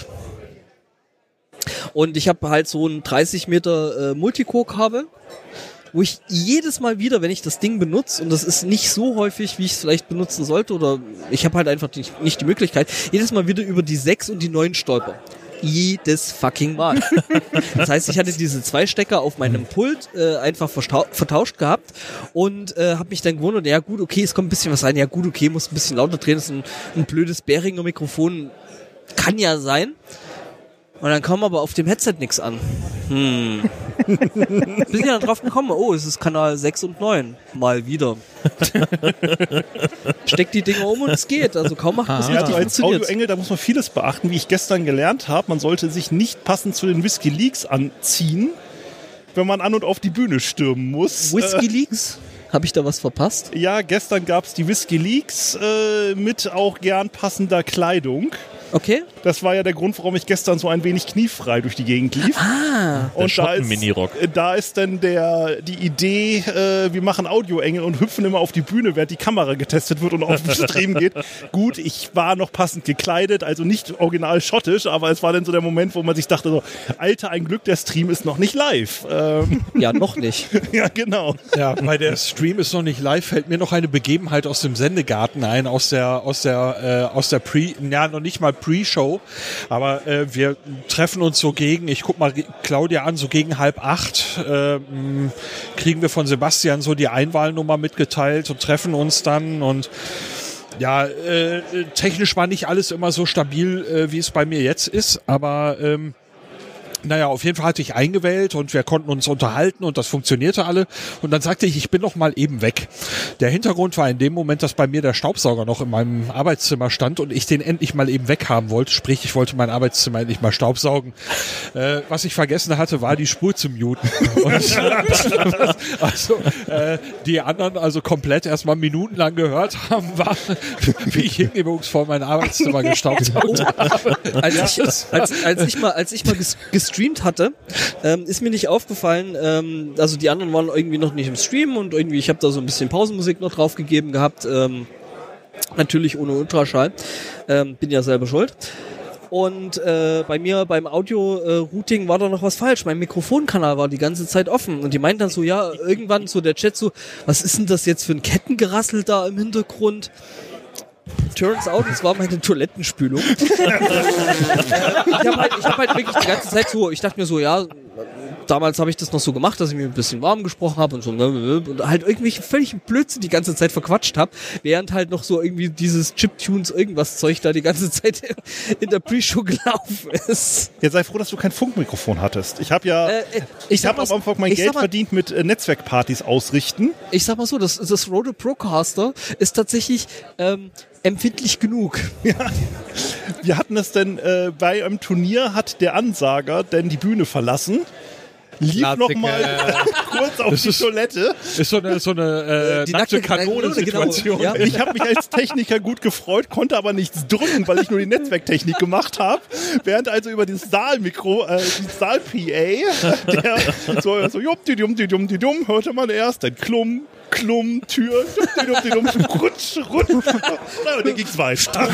Und ich habe halt so ein 30 Meter Multicore-Kabel, wo ich jedes Mal wieder, wenn ich das Ding benutze, und das ist nicht so häufig, wie ich es vielleicht benutzen sollte, oder ich habe halt einfach nicht die Möglichkeit, jedes Mal wieder über die 6 und die 9 stolper. Jedes fucking Mal. Das heißt, ich hatte diese 2 Stecker auf meinem Pult einfach vertauscht gehabt und habe mich dann gewundert, ja gut, okay, es kommt ein bisschen was rein, ja gut, okay, muss ein bisschen lauter drehen, das ist ein blödes Behringer Mikrofon, kann ja sein. Und dann kam aber auf dem Headset nichts an. Bin ich dann drauf gekommen, oh, es ist Kanal 6 und 9. Mal wieder. Steck die Dinger um und es geht. Also kaum macht es richtig als Audioengel, da muss man vieles beachten, wie ich gestern gelernt habe. Man sollte sich nicht passend zu den Whisky Leaks anziehen, wenn man an und auf die Bühne stürmen muss. Whisky Leaks? Habe ich da was verpasst? Ja, gestern gab es die Whisky Leaks mit auch gern passender Kleidung. Okay. Das war ja der Grund, warum ich gestern so ein wenig kniefrei durch die Gegend lief. Und da ist dann die Idee, wir machen Audioengel und hüpfen immer auf die Bühne, während die Kamera getestet wird und auf den Stream geht. Gut, ich war noch passend gekleidet, also nicht original schottisch, aber es war dann so der Moment, wo man sich dachte, so, Alter, ein Glück, der Stream ist noch nicht live. Ja, noch nicht. Ja, genau. Ja, weil der Stream ist noch nicht live, fällt mir noch eine Begebenheit aus dem Sendegarten ein, aus der noch nicht mal Pre-Show, aber wir treffen uns so ich guck mal Claudia an, so gegen 7:30 kriegen wir von Sebastian so die Einwahlnummer mitgeteilt und treffen uns dann und ja, technisch war nicht alles immer so stabil, wie es bei mir jetzt ist, aber naja, auf jeden Fall hatte ich eingewählt und wir konnten uns unterhalten und das funktionierte alle. Und dann sagte ich bin noch mal eben weg. Der Hintergrund war in dem Moment, dass bei mir der Staubsauger noch in meinem Arbeitszimmer stand und ich den endlich mal eben weghaben wollte. Sprich, ich wollte mein Arbeitszimmer endlich mal staubsaugen. Was ich vergessen hatte, war die Spur zu muten. Und, die anderen also komplett erstmal minutenlang gehört haben, war, wie ich hingebungsvoll mein Arbeitszimmer gestaubsaugt habe. Als ich mal gestreamt hatte, ist mir nicht aufgefallen, also die anderen waren irgendwie noch nicht im Stream und irgendwie, ich habe da so ein bisschen Pausenmusik noch drauf gegeben gehabt, natürlich ohne Ultraschall, bin ja selber schuld. Und bei mir beim Audio-Routing war da noch was falsch. Mein Mikrofonkanal war die ganze Zeit offen. Und die meinten dann so, ja, irgendwann so der Chat so, was ist denn das jetzt für ein Kettengerassel da im Hintergrund? Turns out, es war meine Toilettenspülung. Ich hab halt wirklich die ganze Zeit so, ich dachte mir so, ja, damals habe ich das noch so gemacht, dass ich mir ein bisschen warm gesprochen habe und so und halt irgendwie völlig Blödsinn die ganze Zeit verquatscht habe, während halt noch so irgendwie dieses Chiptunes irgendwas Zeug da die ganze Zeit in der Pre-Show gelaufen ist. Jetzt sei froh, dass du kein Funkmikrofon hattest. Ich habe ja am Anfang mein Geld verdient mit Netzwerkpartys ausrichten. Ich sag mal so, das Rode Procaster ist tatsächlich empfindlich genug. Ja. Wir hatten es denn bei einem Turnier, hat der Ansager denn die Bühne verlassen, lief nochmal kurz auf die Toilette. Ist so eine nackte Kanone-Situation. Genau, ja. Ich habe mich als Techniker gut gefreut, konnte aber nichts drücken, weil ich nur die Netzwerktechnik gemacht habe. Während also über dieses Saalmikro, die Saal-PA, der so jupp-di-dum-di-dum-di-dum, hörte man erst ein Klum, Tür, rutsch. Und dann ging's weiter.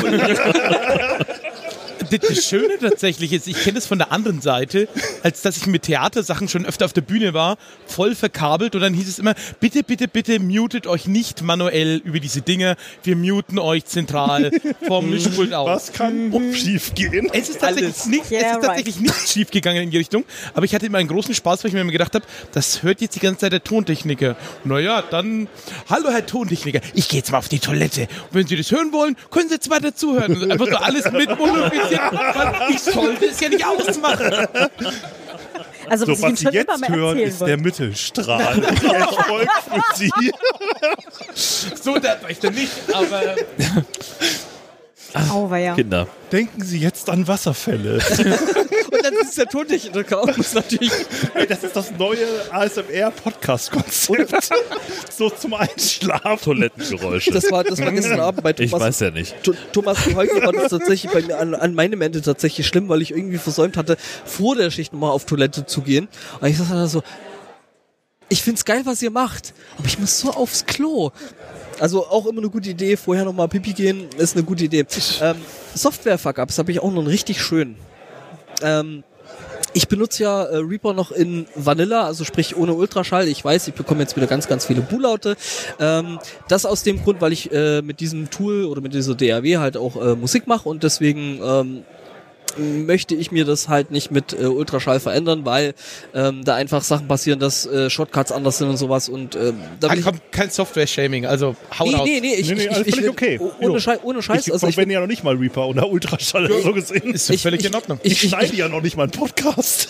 Das Schöne tatsächlich ist, ich kenne es von der anderen Seite, als dass ich mit Theatersachen schon öfter auf der Bühne war, voll verkabelt und dann hieß es immer, bitte mutet euch nicht manuell über diese Dinge, wir muten euch zentral vom Mischpult aus. Was kann schief gehen? Es ist tatsächlich nicht schief gegangen in die Richtung, aber ich hatte immer einen großen Spaß, weil ich mir immer gedacht habe, das hört jetzt die ganze Zeit der Tontechniker. Naja, dann, hallo Herr Tontechniker, ich gehe jetzt mal auf die Toilette. Und wenn Sie das hören wollen, können Sie jetzt weiter zuhören. Und einfach so alles mit ich sollte es ja nicht ausmachen. Also, so, was Sie jetzt hören, ist der Mittelstrahl. Der Erfolg für Sie. So, das weiß ich nicht, aber... Auweia. Kinder. Denken Sie jetzt an Wasserfälle. Und dann ist der Tontechniker natürlich... Ey, das ist das neue ASMR-Podcast-Konzept. So zum Einschlafen. Toilettengeräusche. Das war gestern Abend bei Thomas. Ich weiß ja nicht. Thomas Heugen war das tatsächlich bei mir an meinem Ende tatsächlich schlimm, weil ich irgendwie versäumt hatte, vor der Schicht nochmal auf Toilette zu gehen. Und ich saß dann so, ich find's geil, was ihr macht, aber ich muss so aufs Klo. Also auch immer eine gute Idee, vorher nochmal Pipi gehen, ist eine gute Idee. Software-Fuck-Ups habe ich auch noch einen richtig schönen. Ich benutze ja Reaper noch in Vanilla, also sprich ohne Ultraschall. Ich weiß, ich bekomme jetzt wieder ganz, ganz viele Buhlaute. Das aus dem Grund, weil ich mit diesem Tool oder mit dieser DAW halt auch Musik mache und deswegen möchte ich mir das halt nicht mit Ultraschall verändern, weil da einfach Sachen passieren, dass Shortcuts anders sind und sowas und da will Kommt kein Software-Shaming, also hau raus. Nee, alles völlig okay. Ohne Scheiß. Also ich bin ja noch nicht mal Reaper oder Ultraschall so gesehen. Ist völlig in Ordnung. Ich schneide ja noch nicht mal einen Podcast.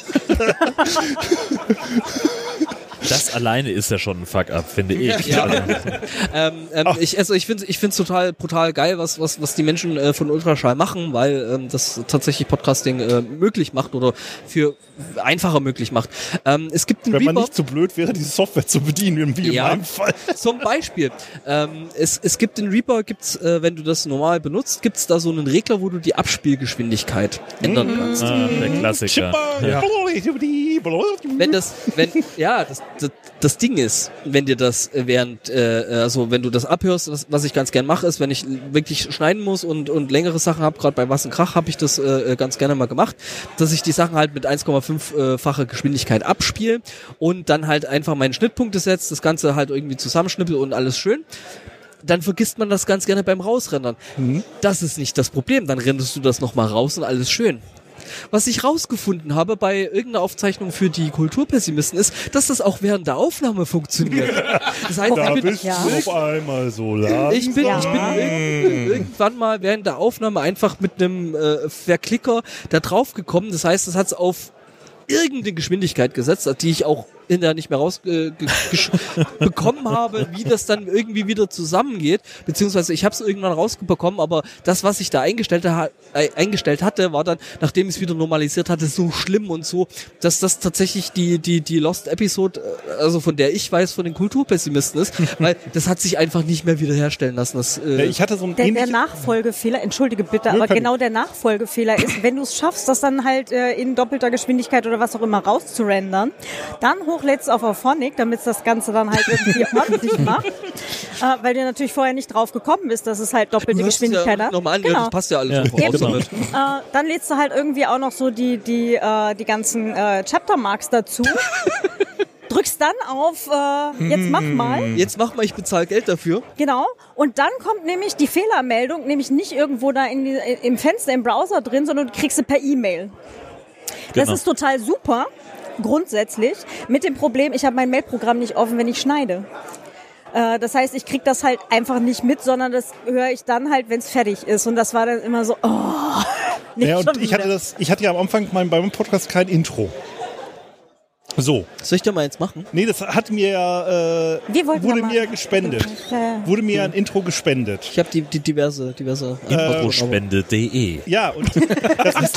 Das alleine ist ja schon ein Fuck-up, finde ich. Ja. Ich finde es total brutal geil, was die Menschen von Ultraschall machen, weil das tatsächlich Podcasting möglich macht oder für einfacher möglich macht. Es gibt einen Wenn man Reaper, nicht so blöd wäre, diese Software zu bedienen, wie in meinem Fall. Zum Beispiel. Es gibt den Reaper, wenn du das normal benutzt, gibt's da so einen Regler, wo du die Abspielgeschwindigkeit ändern kannst. Der Klassiker. Ja. Das Ding ist, wenn dir das wenn du das abhörst, was ich ganz gern mache, ist, wenn ich wirklich schneiden muss und längere Sachen habe, gerade bei Was und Krach habe ich das ganz gerne mal gemacht, dass ich die Sachen halt mit 1,5-facher Geschwindigkeit abspiele und dann halt einfach meine Schnittpunkte setze, das Ganze halt irgendwie zusammenschnippel und alles schön. Dann vergisst man das ganz gerne beim Rausrendern. Das ist nicht das Problem, dann renderst du das nochmal raus und alles schön. Was ich rausgefunden habe bei irgendeiner Aufzeichnung für die Kulturpessimisten ist, dass das auch während der Aufnahme funktioniert. Das heißt, Da bist du auf einmal so langsam. ich bin irgendwann mal während der Aufnahme einfach mit einem Verklicker da drauf gekommen. Das heißt, es hat es auf irgendeine Geschwindigkeit gesetzt, die ich auch hinterher nicht mehr bekommen habe, wie das dann irgendwie wieder zusammengeht, beziehungsweise ich habe es irgendwann rausbekommen, aber das, was ich da eingestellt hatte, war dann, nachdem ich es wieder normalisiert hatte, so schlimm und so, dass das tatsächlich die Lost Episode, also von der ich weiß, von den Kulturpessimisten ist, weil das hat sich einfach nicht mehr wiederherstellen lassen. Ich hatte so ein Der Nachfolgefehler, entschuldige bitte, aber genau der Nachfolgefehler ist, wenn du es schaffst, das dann halt in doppelter Geschwindigkeit oder was auch immer rauszurendern, dann hochlädst auf Auphonic, damit es das Ganze dann halt irgendwie ordentlich macht, weil du natürlich vorher nicht drauf gekommen bist, dass es halt doppelte Geschwindigkeit hat. Normal, genau. Das passt ja alles damit. Dann lädst du halt irgendwie auch noch so die ganzen Chaptermarks dazu. Drückst dann auf jetzt mach mal. Jetzt mach mal, ich bezahle Geld dafür. Genau. Und dann kommt nämlich die Fehlermeldung, nämlich nicht irgendwo da im Fenster im Browser drin, sondern du kriegst sie per E-Mail. Das ist total super, grundsätzlich, mit dem Problem, ich habe mein Mailprogramm nicht offen, wenn ich schneide. Das heißt, ich krieg das halt einfach nicht mit, sondern das höre ich dann halt, wenn es fertig ist. Und das war dann immer so, nicht ja, und schon ich wieder. hatte ja am Anfang beim Podcast kein Intro. So. Soll ich da mal jetzt machen? Nee, das hat mir ja, wurde mir gespendet. Wurde mir ein Intro gespendet. Ich habe die diverse Introspende.de. Ja, und das ist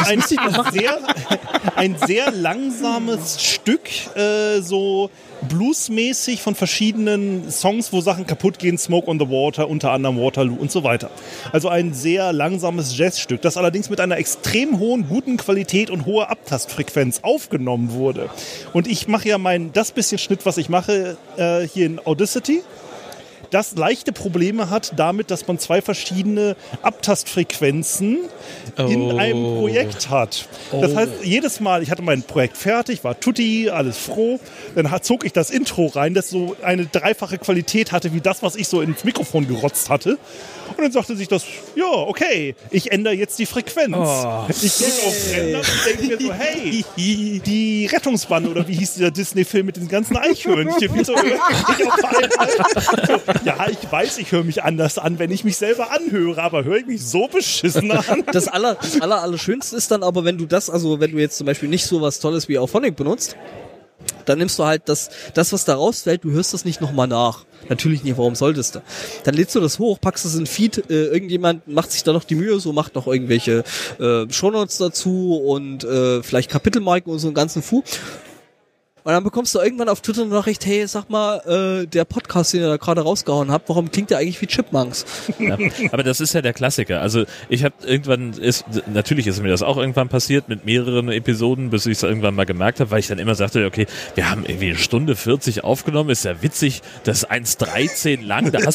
ein sehr langsames Stück, so bluesmäßig von verschiedenen Songs, wo Sachen kaputt gehen, Smoke on the Water, unter anderem Waterloo und so weiter. Also ein sehr langsames Jazzstück, das allerdings mit einer extrem hohen, guten Qualität und hoher Abtastfrequenz aufgenommen wurde. Und ich mache ja das bisschen Schnitt, was ich mache, hier in Audacity, das leichte Probleme hat damit, dass man 2 verschiedene Abtastfrequenzen in einem Projekt hat. Das heißt, jedes Mal, ich hatte mein Projekt fertig, war tutti, alles froh, dann zog ich das Intro rein, das so eine 3-fache Qualität hatte, wie das, was ich so ins Mikrofon gerotzt hatte. Und dann sagte sich das, ja, okay, ich ändere jetzt die Frequenz. Ich drücke auf Ränder und denke mir so, hey, die Rettungsbande, oder wie hieß dieser Disney-Film mit den ganzen Eichhörnchen? Wieso höre ich mich auf einmal? Ja, ich weiß, ich höre mich anders an, wenn ich mich selber anhöre, aber höre ich mich so beschissen an? Das Allerschönste ist dann aber, wenn du jetzt zum Beispiel nicht so was Tolles wie Auphonic benutzt, dann nimmst du halt das, was da rausfällt, du hörst das nicht nochmal nach. Natürlich nicht, warum solltest du? Dann lädst du das hoch, packst es in Feed, irgendjemand macht sich da noch die Mühe, so macht noch irgendwelche Shownotes dazu und vielleicht Kapitelmarken und so einen ganzen Fu. Und dann bekommst du irgendwann auf Twitter eine Nachricht, hey, sag mal, der Podcast, den ihr da gerade rausgehauen habt, warum klingt der eigentlich wie Chipmunks? Ja, aber das ist ja der Klassiker. Also ich habe natürlich ist mir das auch irgendwann passiert mit mehreren Episoden, bis ich es irgendwann mal gemerkt habe, weil ich dann immer sagte, okay, wir haben irgendwie 1:40 aufgenommen, ist ja witzig, das ist 1:13 lang, da hast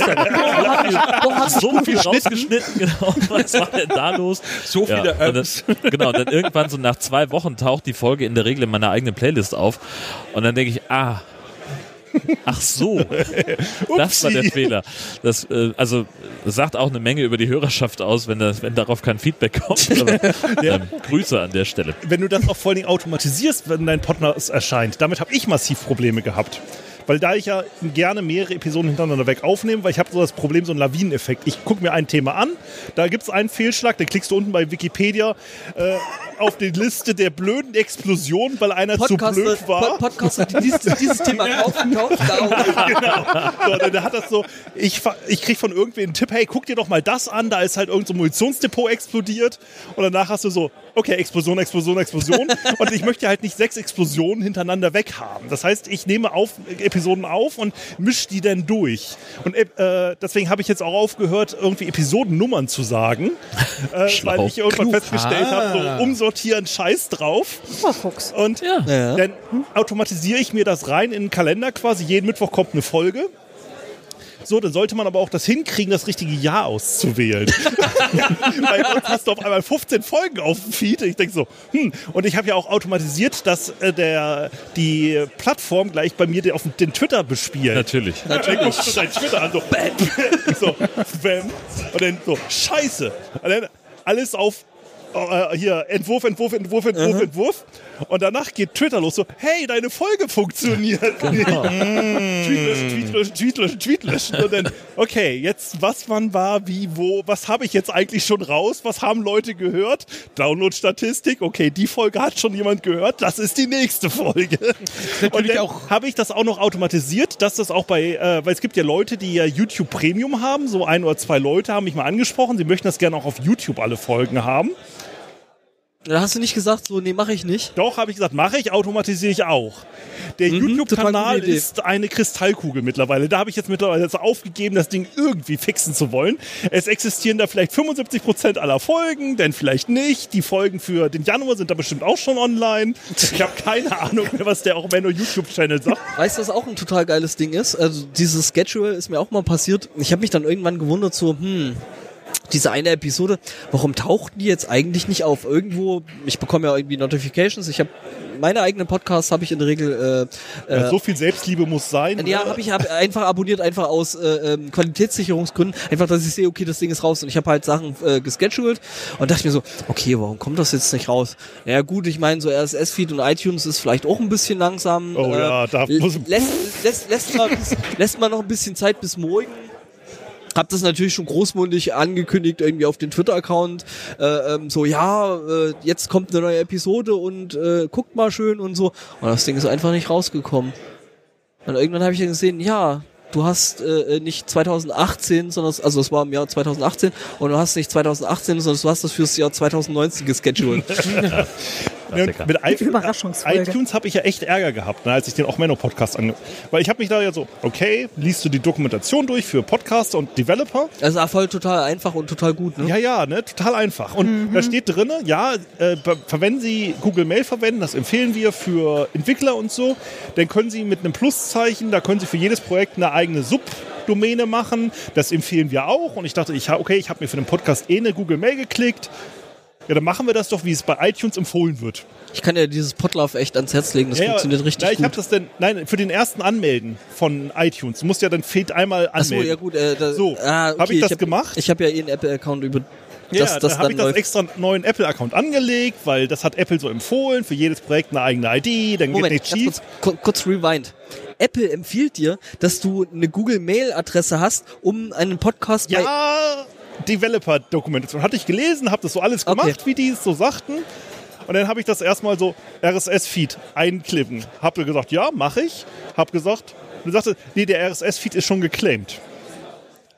du so viel rausgeschnitten, genau. Was war denn da los? So viele Apps. Genau, dann irgendwann so nach 2 Wochen taucht die Folge in der Regel in meiner eigenen Playlist auf und dann denke ich, ach so, das war der Fehler. Das sagt auch eine Menge über die Hörerschaft aus, wenn darauf kein Feedback kommt. Aber, Grüße an der Stelle. Wenn du das auch vor allen Dingen automatisierst, wenn dein Podcast erscheint, damit habe ich massiv Probleme gehabt. Weil da ich ja gerne mehrere Episoden hintereinander weg aufnehme, weil ich habe so das Problem, so einen Lawineneffekt. Ich gucke mir ein Thema an, da gibt es einen Fehlschlag, dann klickst du unten bei Wikipedia auf die Liste der blöden Explosionen, weil einer zu blöd war. Podcaster, die dieses Thema aufgetaucht genau. So, dann hat das so, ich krieg von irgendwem einen Tipp, hey, guck dir doch mal das an, da ist halt irgend so ein Munitionsdepot explodiert und danach hast du so, okay, Explosion. Und ich möchte halt nicht 6 Explosionen hintereinander weg haben. Das heißt, ich nehme Episoden auf und mische die dann durch. Und deswegen habe ich jetzt auch aufgehört, irgendwie Episodennummern zu sagen, weil ich irgendwann festgestellt habe, so umsortieren, Scheiß drauf. Fuchs. Und dann automatisiere ich mir das rein in den Kalender quasi. Jeden Mittwoch kommt eine Folge. So, dann sollte man aber auch das hinkriegen, das richtige Jahr auszuwählen. Bei uns hast du auf einmal 15 Folgen auf dem Feed. Ich denke so, Und ich habe ja auch automatisiert, dass die Plattform gleich bei mir den Twitter bespielt. Natürlich. Dann guckst du dein Twitter an, so, Bam. Und dann so, Scheiße. Und dann alles auf hier, Entwurf. Und danach geht Twitter los, so, hey, deine Folge funktioniert. Genau. Tweet löschen. Und dann, okay, jetzt, wann war, wie, wo, was habe ich jetzt eigentlich schon raus? Was haben Leute gehört? Download-Statistik, okay, die Folge hat schon jemand gehört, das ist die nächste Folge. Und dann habe ich das auch noch automatisiert, dass das auch weil es gibt ja Leute, die ja YouTube Premium haben, so 1 oder 2 Leute haben mich mal angesprochen, sie möchten das gerne auch auf YouTube alle Folgen haben. Da hast du nicht gesagt, so, nee, mache ich nicht. Doch, habe ich gesagt, mache ich, automatisiere ich auch. Der YouTube-Kanal ist eine Kristallkugel mittlerweile. Da habe ich jetzt mittlerweile aufgegeben, das Ding irgendwie fixen zu wollen. Es existieren da vielleicht 75% aller Folgen, denn vielleicht nicht. Die Folgen für den Januar sind da bestimmt auch schon online. Ich habe keine Ahnung mehr, was der auch Menno YouTube-Channel sagt. Weißt du, was auch ein total geiles Ding ist? Also dieses Schedule ist mir auch mal passiert. Ich habe mich dann irgendwann gewundert, so, diese eine Episode, warum tauchten die jetzt eigentlich nicht auf? Irgendwo, ich bekomme ja irgendwie Notifications, ich habe meine eigenen Podcasts habe ich in der Regel so viel Selbstliebe muss sein. Ja, habe ich einfach abonniert, einfach aus Qualitätssicherungsgründen, einfach, dass ich sehe, okay, das Ding ist raus und ich habe halt Sachen gescheduled und dachte mir so, okay, warum kommt das jetzt nicht raus? Ja gut, ich meine, so RSS-Feed und iTunes ist vielleicht auch ein bisschen langsam. Oh ja, da muss lässt man noch ein bisschen Zeit bis morgen. Hab das natürlich schon großmundig angekündigt, irgendwie auf den Twitter-Account, jetzt kommt eine neue Episode und guckt mal schön und so. Und das Ding ist einfach nicht rausgekommen. Und irgendwann habe ich dann gesehen, ja, du hast nicht 2018, sondern, also es war im Jahr 2018, und du hast nicht 2018, sondern du hast das fürs Jahr 2019 gescheduled. Mit iTunes habe ich ja echt Ärger gehabt, als ich den auch Menno-Podcast weil ich habe mich da ja so, okay, liest du die Dokumentation durch für Podcaster und Developer? Das war voll total einfach und total gut, ne? Ja, ne, total einfach. Und da steht drin, wenn Sie Google Mail verwenden, das empfehlen wir für Entwickler und so, dann können Sie mit einem Pluszeichen, da können Sie für jedes Projekt eine eigene Subdomäne machen, das empfehlen wir auch. Und ich dachte, ich habe mir für den Podcast eine Google Mail geklickt. Ja, dann machen wir das doch, wie es bei iTunes empfohlen wird. Ich kann ja dieses Podlove echt ans Herz legen, das funktioniert richtig gut. Ich habe das für den ersten Anmelden von iTunes. Du musst ja dann einmal anmelden. Achso, ja gut. Okay, habe ich das gemacht? Ich habe ja einen Apple-Account über... Da habe ich das extra neuen Apple-Account angelegt, weil das hat Apple so empfohlen, für jedes Projekt eine eigene ID, dann geht nichts schief. Kurz rewind. Apple empfiehlt dir, dass du eine Google-Mail-Adresse hast, um einen Podcast Developer-Dokumentation. Hatte ich gelesen, habe das so alles gemacht, wie die es so sagten. Und dann habe ich das erstmal so RSS-Feed einklippen. Habe gesagt, ja, mache ich. Habe gesagt, und sagte, nee, der RSS-Feed ist schon geclaimed.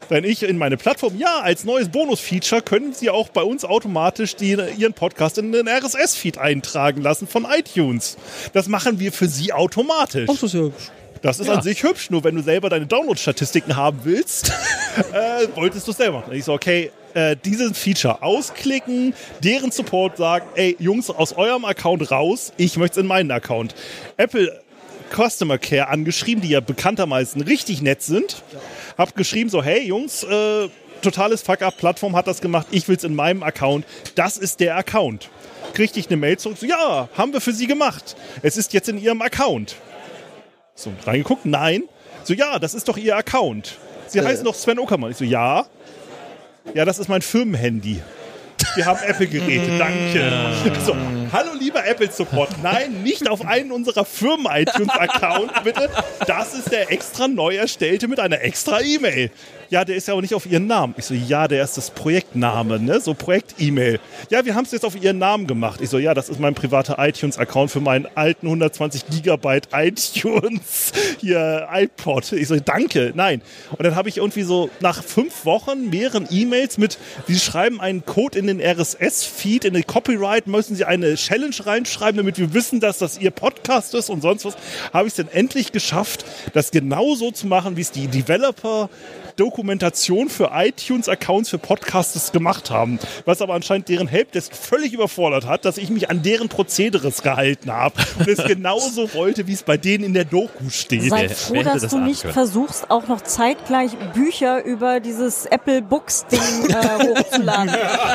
wenn ich in meine Plattform, ja, als neues Bonus-Feature können Sie auch bei uns automatisch Ihren Podcast in den RSS-Feed eintragen lassen von iTunes. Das machen wir für Sie automatisch. Ach, das ist ja hübsch. Das ist an sich hübsch, nur wenn du selber deine Download-Statistiken haben willst, wolltest du es selber machen. Und ich so, okay, diesen Feature ausklicken, deren Support sagen, ey, Jungs, aus eurem Account raus, ich möchte es in meinen Account. Apple Customer Care angeschrieben, die ja bekanntermaßen richtig nett sind. Hab geschrieben so, hey Jungs, totales Fuck-up, Plattform hat das gemacht, ich will es in meinem Account. Das ist der Account. Kriegte ich eine Mail zurück, so, ja, haben wir für Sie gemacht. Es ist jetzt in Ihrem Account. So, reingeguckt, nein. So, ja, das ist doch Ihr Account. Sie heißen doch Sven Uckermann. Ich so, ja. Ja, das ist mein Firmenhandy. Wir haben Apple-Geräte, danke. So, hallo lieber Apple-Support. Nein, nicht auf einen unserer Firmen-iTunes-Accounts, bitte. Das ist der extra neu erstellte mit einer extra E-Mail. Ja, der ist ja auch nicht auf Ihren Namen. Ich so, ja, der ist das Projektname, ne? So Projekt-E-Mail. Ja, wir haben es jetzt auf Ihren Namen gemacht. Ich so, ja, das ist mein privater iTunes-Account für meinen alten 120 Gigabyte iTunes hier iPod. Ich so, danke, nein. Und dann habe ich irgendwie so nach 5 Wochen mehreren E-Mails mit, Sie schreiben einen Code in den RSS-Feed, in den Copyright, müssen Sie eine Challenge reinschreiben, damit wir wissen, dass das Ihr Podcast ist und sonst was. Habe ich es dann endlich geschafft, das genauso zu machen, wie es die Developer Dokumentation für iTunes-Accounts für Podcasts gemacht haben. Was aber anscheinend deren Helpdesk völlig überfordert hat, dass ich mich an deren Prozederes gehalten habe und es genauso wollte, wie es bei denen in der Doku steht. Sei froh, dass du nicht versuchst, auch noch zeitgleich Bücher über dieses Apple Books-Ding hochzuladen.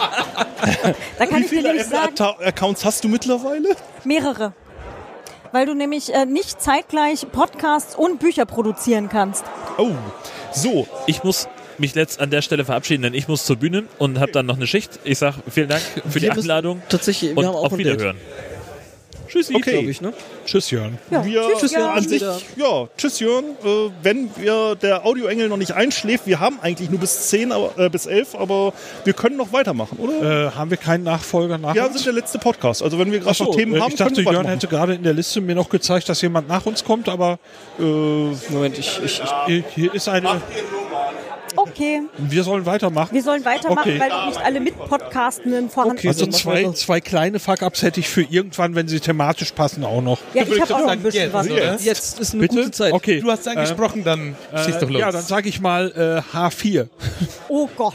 Da kann Wie ich dir viele nämlich sagen, Apple-Accounts hast du mittlerweile? mehrere. Weil du nämlich nicht zeitgleich Podcasts und Bücher produzieren kannst. Oh, so. Ich muss mich letzt an der Stelle verabschieden, denn ich muss zur Bühne und habe dann noch eine Schicht. Ich sage vielen Dank für die Einladung. Tatsächlich, wir und haben auch auf Wiederhören. Tschüssi, Okay. glaube ich, ne? Tschüss, Jörn. Ja, Tschüss, Jörn. an sich, Wieder. ja, tschüss Jörn. Wenn der Audioengel noch nicht einschläft, wir haben eigentlich nur bis 11, aber wir können noch weitermachen, oder? Haben wir keinen Nachfolger nach Ja, uns? sind der letzte Podcast. Also wenn wir gerade noch Themen haben, ich dachte, können wir Jörn weitermachen. hätte gerade in der Liste mir noch gezeigt, dass jemand nach uns kommt, aber Moment, hier ist eine... Okay, Wir sollen weitermachen. wir sollen weitermachen, Okay. weil noch nicht alle Mitpodcastenden vorhanden Okay, Also sind. zwei kleine Fuck-Ups hätte ich für irgendwann, wenn sie thematisch passen, auch noch. Ja, ich habe auch noch ein bisschen Jetzt, was. oder? jetzt ist eine Bitte? gute Zeit. Okay. Du hast angesprochen, dann schieß doch los. Ja, dann sage ich mal H4. Oh Gott.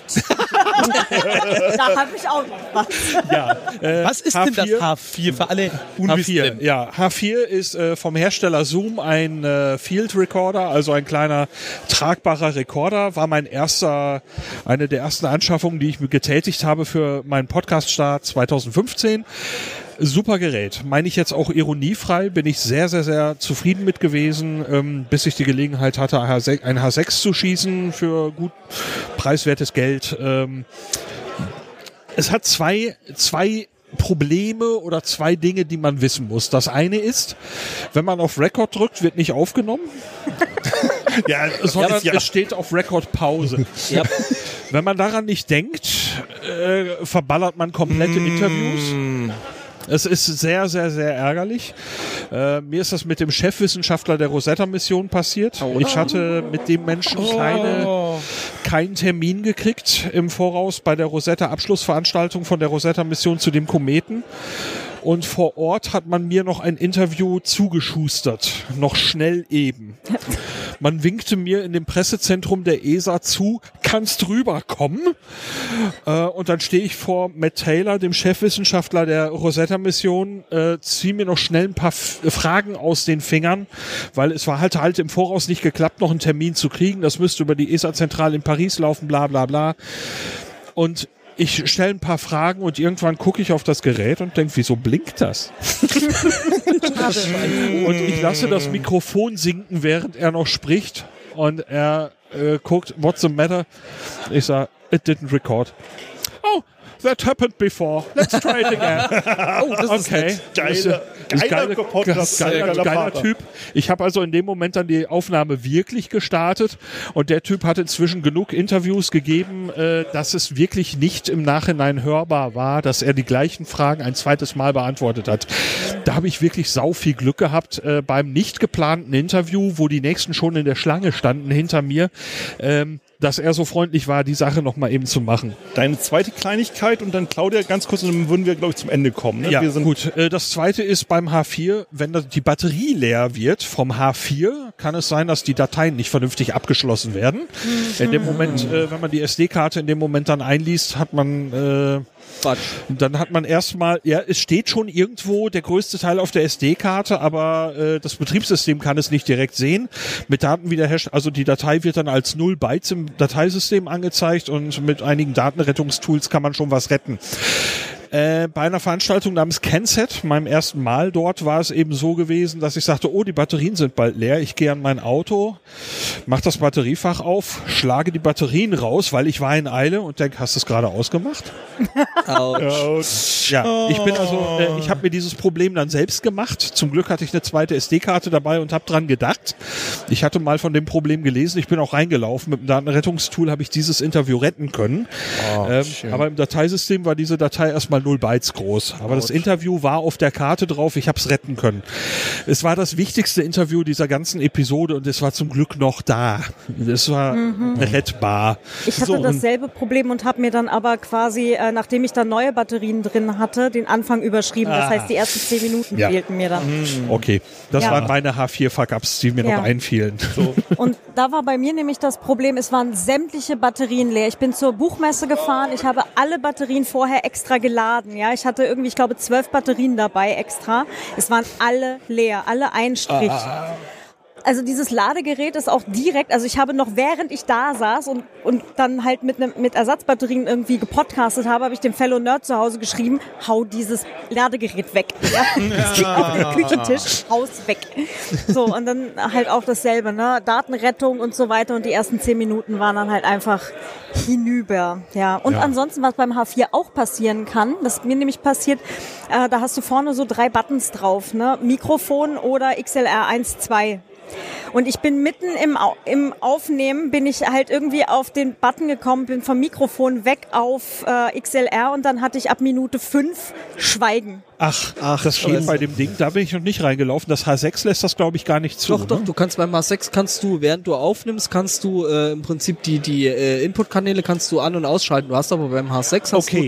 Da habe ich auch noch was. Ja, Was ist denn das H4 für alle H4, Unwissenden? ja. H4 ist vom Hersteller Zoom ein Field Recorder, also ein kleiner tragbarer Rekorder. War eine der ersten Anschaffungen, die ich getätigt habe für meinen Podcast-Start 2015. Super Gerät. Meine ich jetzt auch ironiefrei, bin ich sehr, sehr, sehr zufrieden mit gewesen, bis ich die Gelegenheit hatte, ein H6 zu schießen für gut preiswertes Geld. Es hat zwei Probleme oder zwei Dinge, die man wissen muss. Das eine ist, wenn man auf Record drückt, wird nicht aufgenommen, Ja, sondern ja. es steht auf Record-Pause. Ja. Wenn man daran nicht denkt, verballert man komplette Interviews. Es ist sehr, sehr, sehr ärgerlich. Mir ist das mit dem Chefwissenschaftler der Rosetta-Mission passiert. Ich hatte mit dem Menschen keinen Termin gekriegt im Voraus bei der Rosetta-Abschlussveranstaltung von der Rosetta-Mission zu dem Kometen. Und vor Ort hat man mir noch ein Interview zugeschustert. Noch schnell eben. Man winkte mir in dem Pressezentrum der ESA zu, kannst rüberkommen. Und dann stehe ich vor Matt Taylor, dem Chefwissenschaftler der Rosetta-Mission, ziehe mir noch schnell ein paar Fragen aus den Fingern, weil es war halt im Voraus nicht geklappt, noch einen Termin zu kriegen. Das müsste über die ESA-Zentrale in Paris laufen, bla bla bla. Und ich stelle ein paar Fragen und irgendwann gucke ich auf das Gerät und denke, wieso blinkt das? Und ich lasse das Mikrofon sinken, während er noch spricht. Und er guckt, what's the matter? Ich sage, it didn't record. Oh, that happened before. Let's try it again. Oh, das ist Okay. nett. Geiler Podcast, Geiler Vater. Typ. Ich habe also in dem Moment dann die Aufnahme wirklich gestartet und der Typ hat inzwischen genug Interviews gegeben, dass es wirklich nicht im Nachhinein hörbar war, dass er die gleichen Fragen ein zweites Mal beantwortet hat. Da habe ich wirklich sau viel Glück gehabt beim nicht geplanten Interview, wo die nächsten schon in der Schlange standen hinter mir. dass er so freundlich war, die Sache noch mal eben zu machen. Deine zweite Kleinigkeit und dann Claudia ganz kurz und dann würden wir, glaube ich, zum Ende kommen. Ne? Ja, Wir sind gut. Das zweite ist beim H4, wenn die Batterie leer wird vom H4, kann es sein, dass die Dateien nicht vernünftig abgeschlossen werden. In dem Moment, wenn man die SD-Karte in dem Moment dann einliest, hat man dann hat man erstmal, ja, es steht schon irgendwo der größte Teil auf der SD-Karte, aber das Betriebssystem kann es nicht direkt sehen. Mit Datenwiederherstellung, also die Datei wird dann als 0 Bytes im Dateisystem angezeigt und mit einigen Datenrettungstools kann man schon was retten. Bei einer Veranstaltung namens Kenset, meinem ersten Mal dort, war es eben so gewesen, dass ich sagte, oh, die Batterien sind bald leer, ich gehe an mein Auto, mach das Batteriefach auf, schlage die Batterien raus, weil ich war in Eile und denke, hast du es gerade ausgemacht? Autsch. Ja, ich habe mir dieses Problem dann selbst gemacht. Zum Glück hatte ich eine zweite SD-Karte dabei und habe dran gedacht. Ich hatte mal von dem Problem gelesen, ich bin auch reingelaufen. Mit dem Datenrettungstool habe ich dieses Interview retten können. Aber im Dateisystem war diese Datei erstmal 0 Bytes groß. Aber das Interview war auf der Karte drauf, ich habe es retten können. Es war das wichtigste Interview dieser ganzen Episode und es war zum Glück noch da. Es war rettbar. Ich hatte dasselbe Problem und habe mir dann aber quasi, nachdem ich da neue Batterien drin hatte, den Anfang überschrieben. Das heißt, die ersten 10 Minuten fehlten mir dann. Okay, das waren meine H4-Fuck-Ups, die mir noch einfielen. So. Und da war bei mir nämlich das Problem, es waren sämtliche Batterien leer. Ich bin zur Buchmesse gefahren, ich habe alle Batterien vorher extra geladen. Ja, ich hatte irgendwie, ich glaube, 12 Batterien dabei extra. Es waren alle leer, alle ein Strich. Also dieses Ladegerät ist auch direkt, also ich habe noch während ich da saß und dann halt mit Ersatzbatterien irgendwie gepodcastet habe ich dem Fellow Nerd zu Hause geschrieben, hau dieses Ladegerät weg. Ja? Das liegt auf dem Küchentisch, hau's weg. So, und dann halt auch dasselbe, ne? Datenrettung und so weiter und die ersten 10 Minuten waren dann halt einfach hinüber. Ja. Und ansonsten, was beim H4 auch passieren kann, das ist mir nämlich passiert, da hast du vorne so 3 Buttons drauf, ne? Mikrofon oder XLR 1.2. Und ich bin mitten im Aufnehmen, bin ich halt irgendwie auf den Button gekommen, bin vom Mikrofon weg auf XLR und dann hatte ich ab Minute 5 Schweigen. Ach, das steht bei dem Ding, da bin ich noch nicht reingelaufen. Das H6 lässt das, glaube ich, gar nicht zu. Doch, du kannst beim H6, während du aufnimmst, kannst du im Prinzip die Inputkanäle kannst du an- und ausschalten. Du hast aber beim H6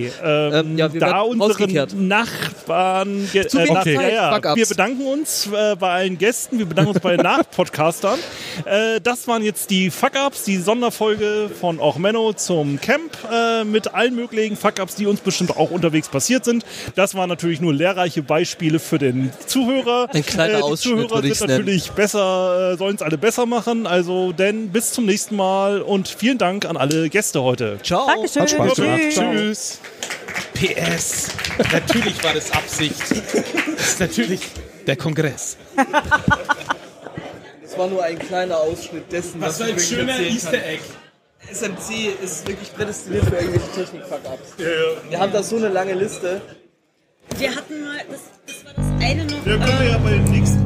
da unsere Nachbarn wir bedanken uns bei allen Gästen, wir bedanken uns bei den Nachpodcastern. Das waren jetzt die Fuck-Ups, die Sonderfolge von auch Menno zum Camp mit allen möglichen Fuck-Ups, die uns bestimmt auch unterwegs passiert sind. Das waren natürlich nur lehrreiche Beispiele für den Zuhörer. Ein kleiner Ausschnitt, Zuhörer sind natürlich besser, sollen es alle besser machen. Also, denn bis zum nächsten Mal und vielen Dank an alle Gäste heute. Ciao. Dankeschön. Hat Spaß gemacht. Tschüss. PS. Natürlich war das Absicht. Das ist natürlich der Kongress. Das war nur ein kleiner Ausschnitt dessen, Was für ein schöner Easter Egg. SMC ist wirklich prädestiniert für irgendwelche Technik-Fuck-Ups. Wir haben da so eine lange Liste. Wir hatten mal, das war das eine noch. Ja, können wir ja bei den nächsten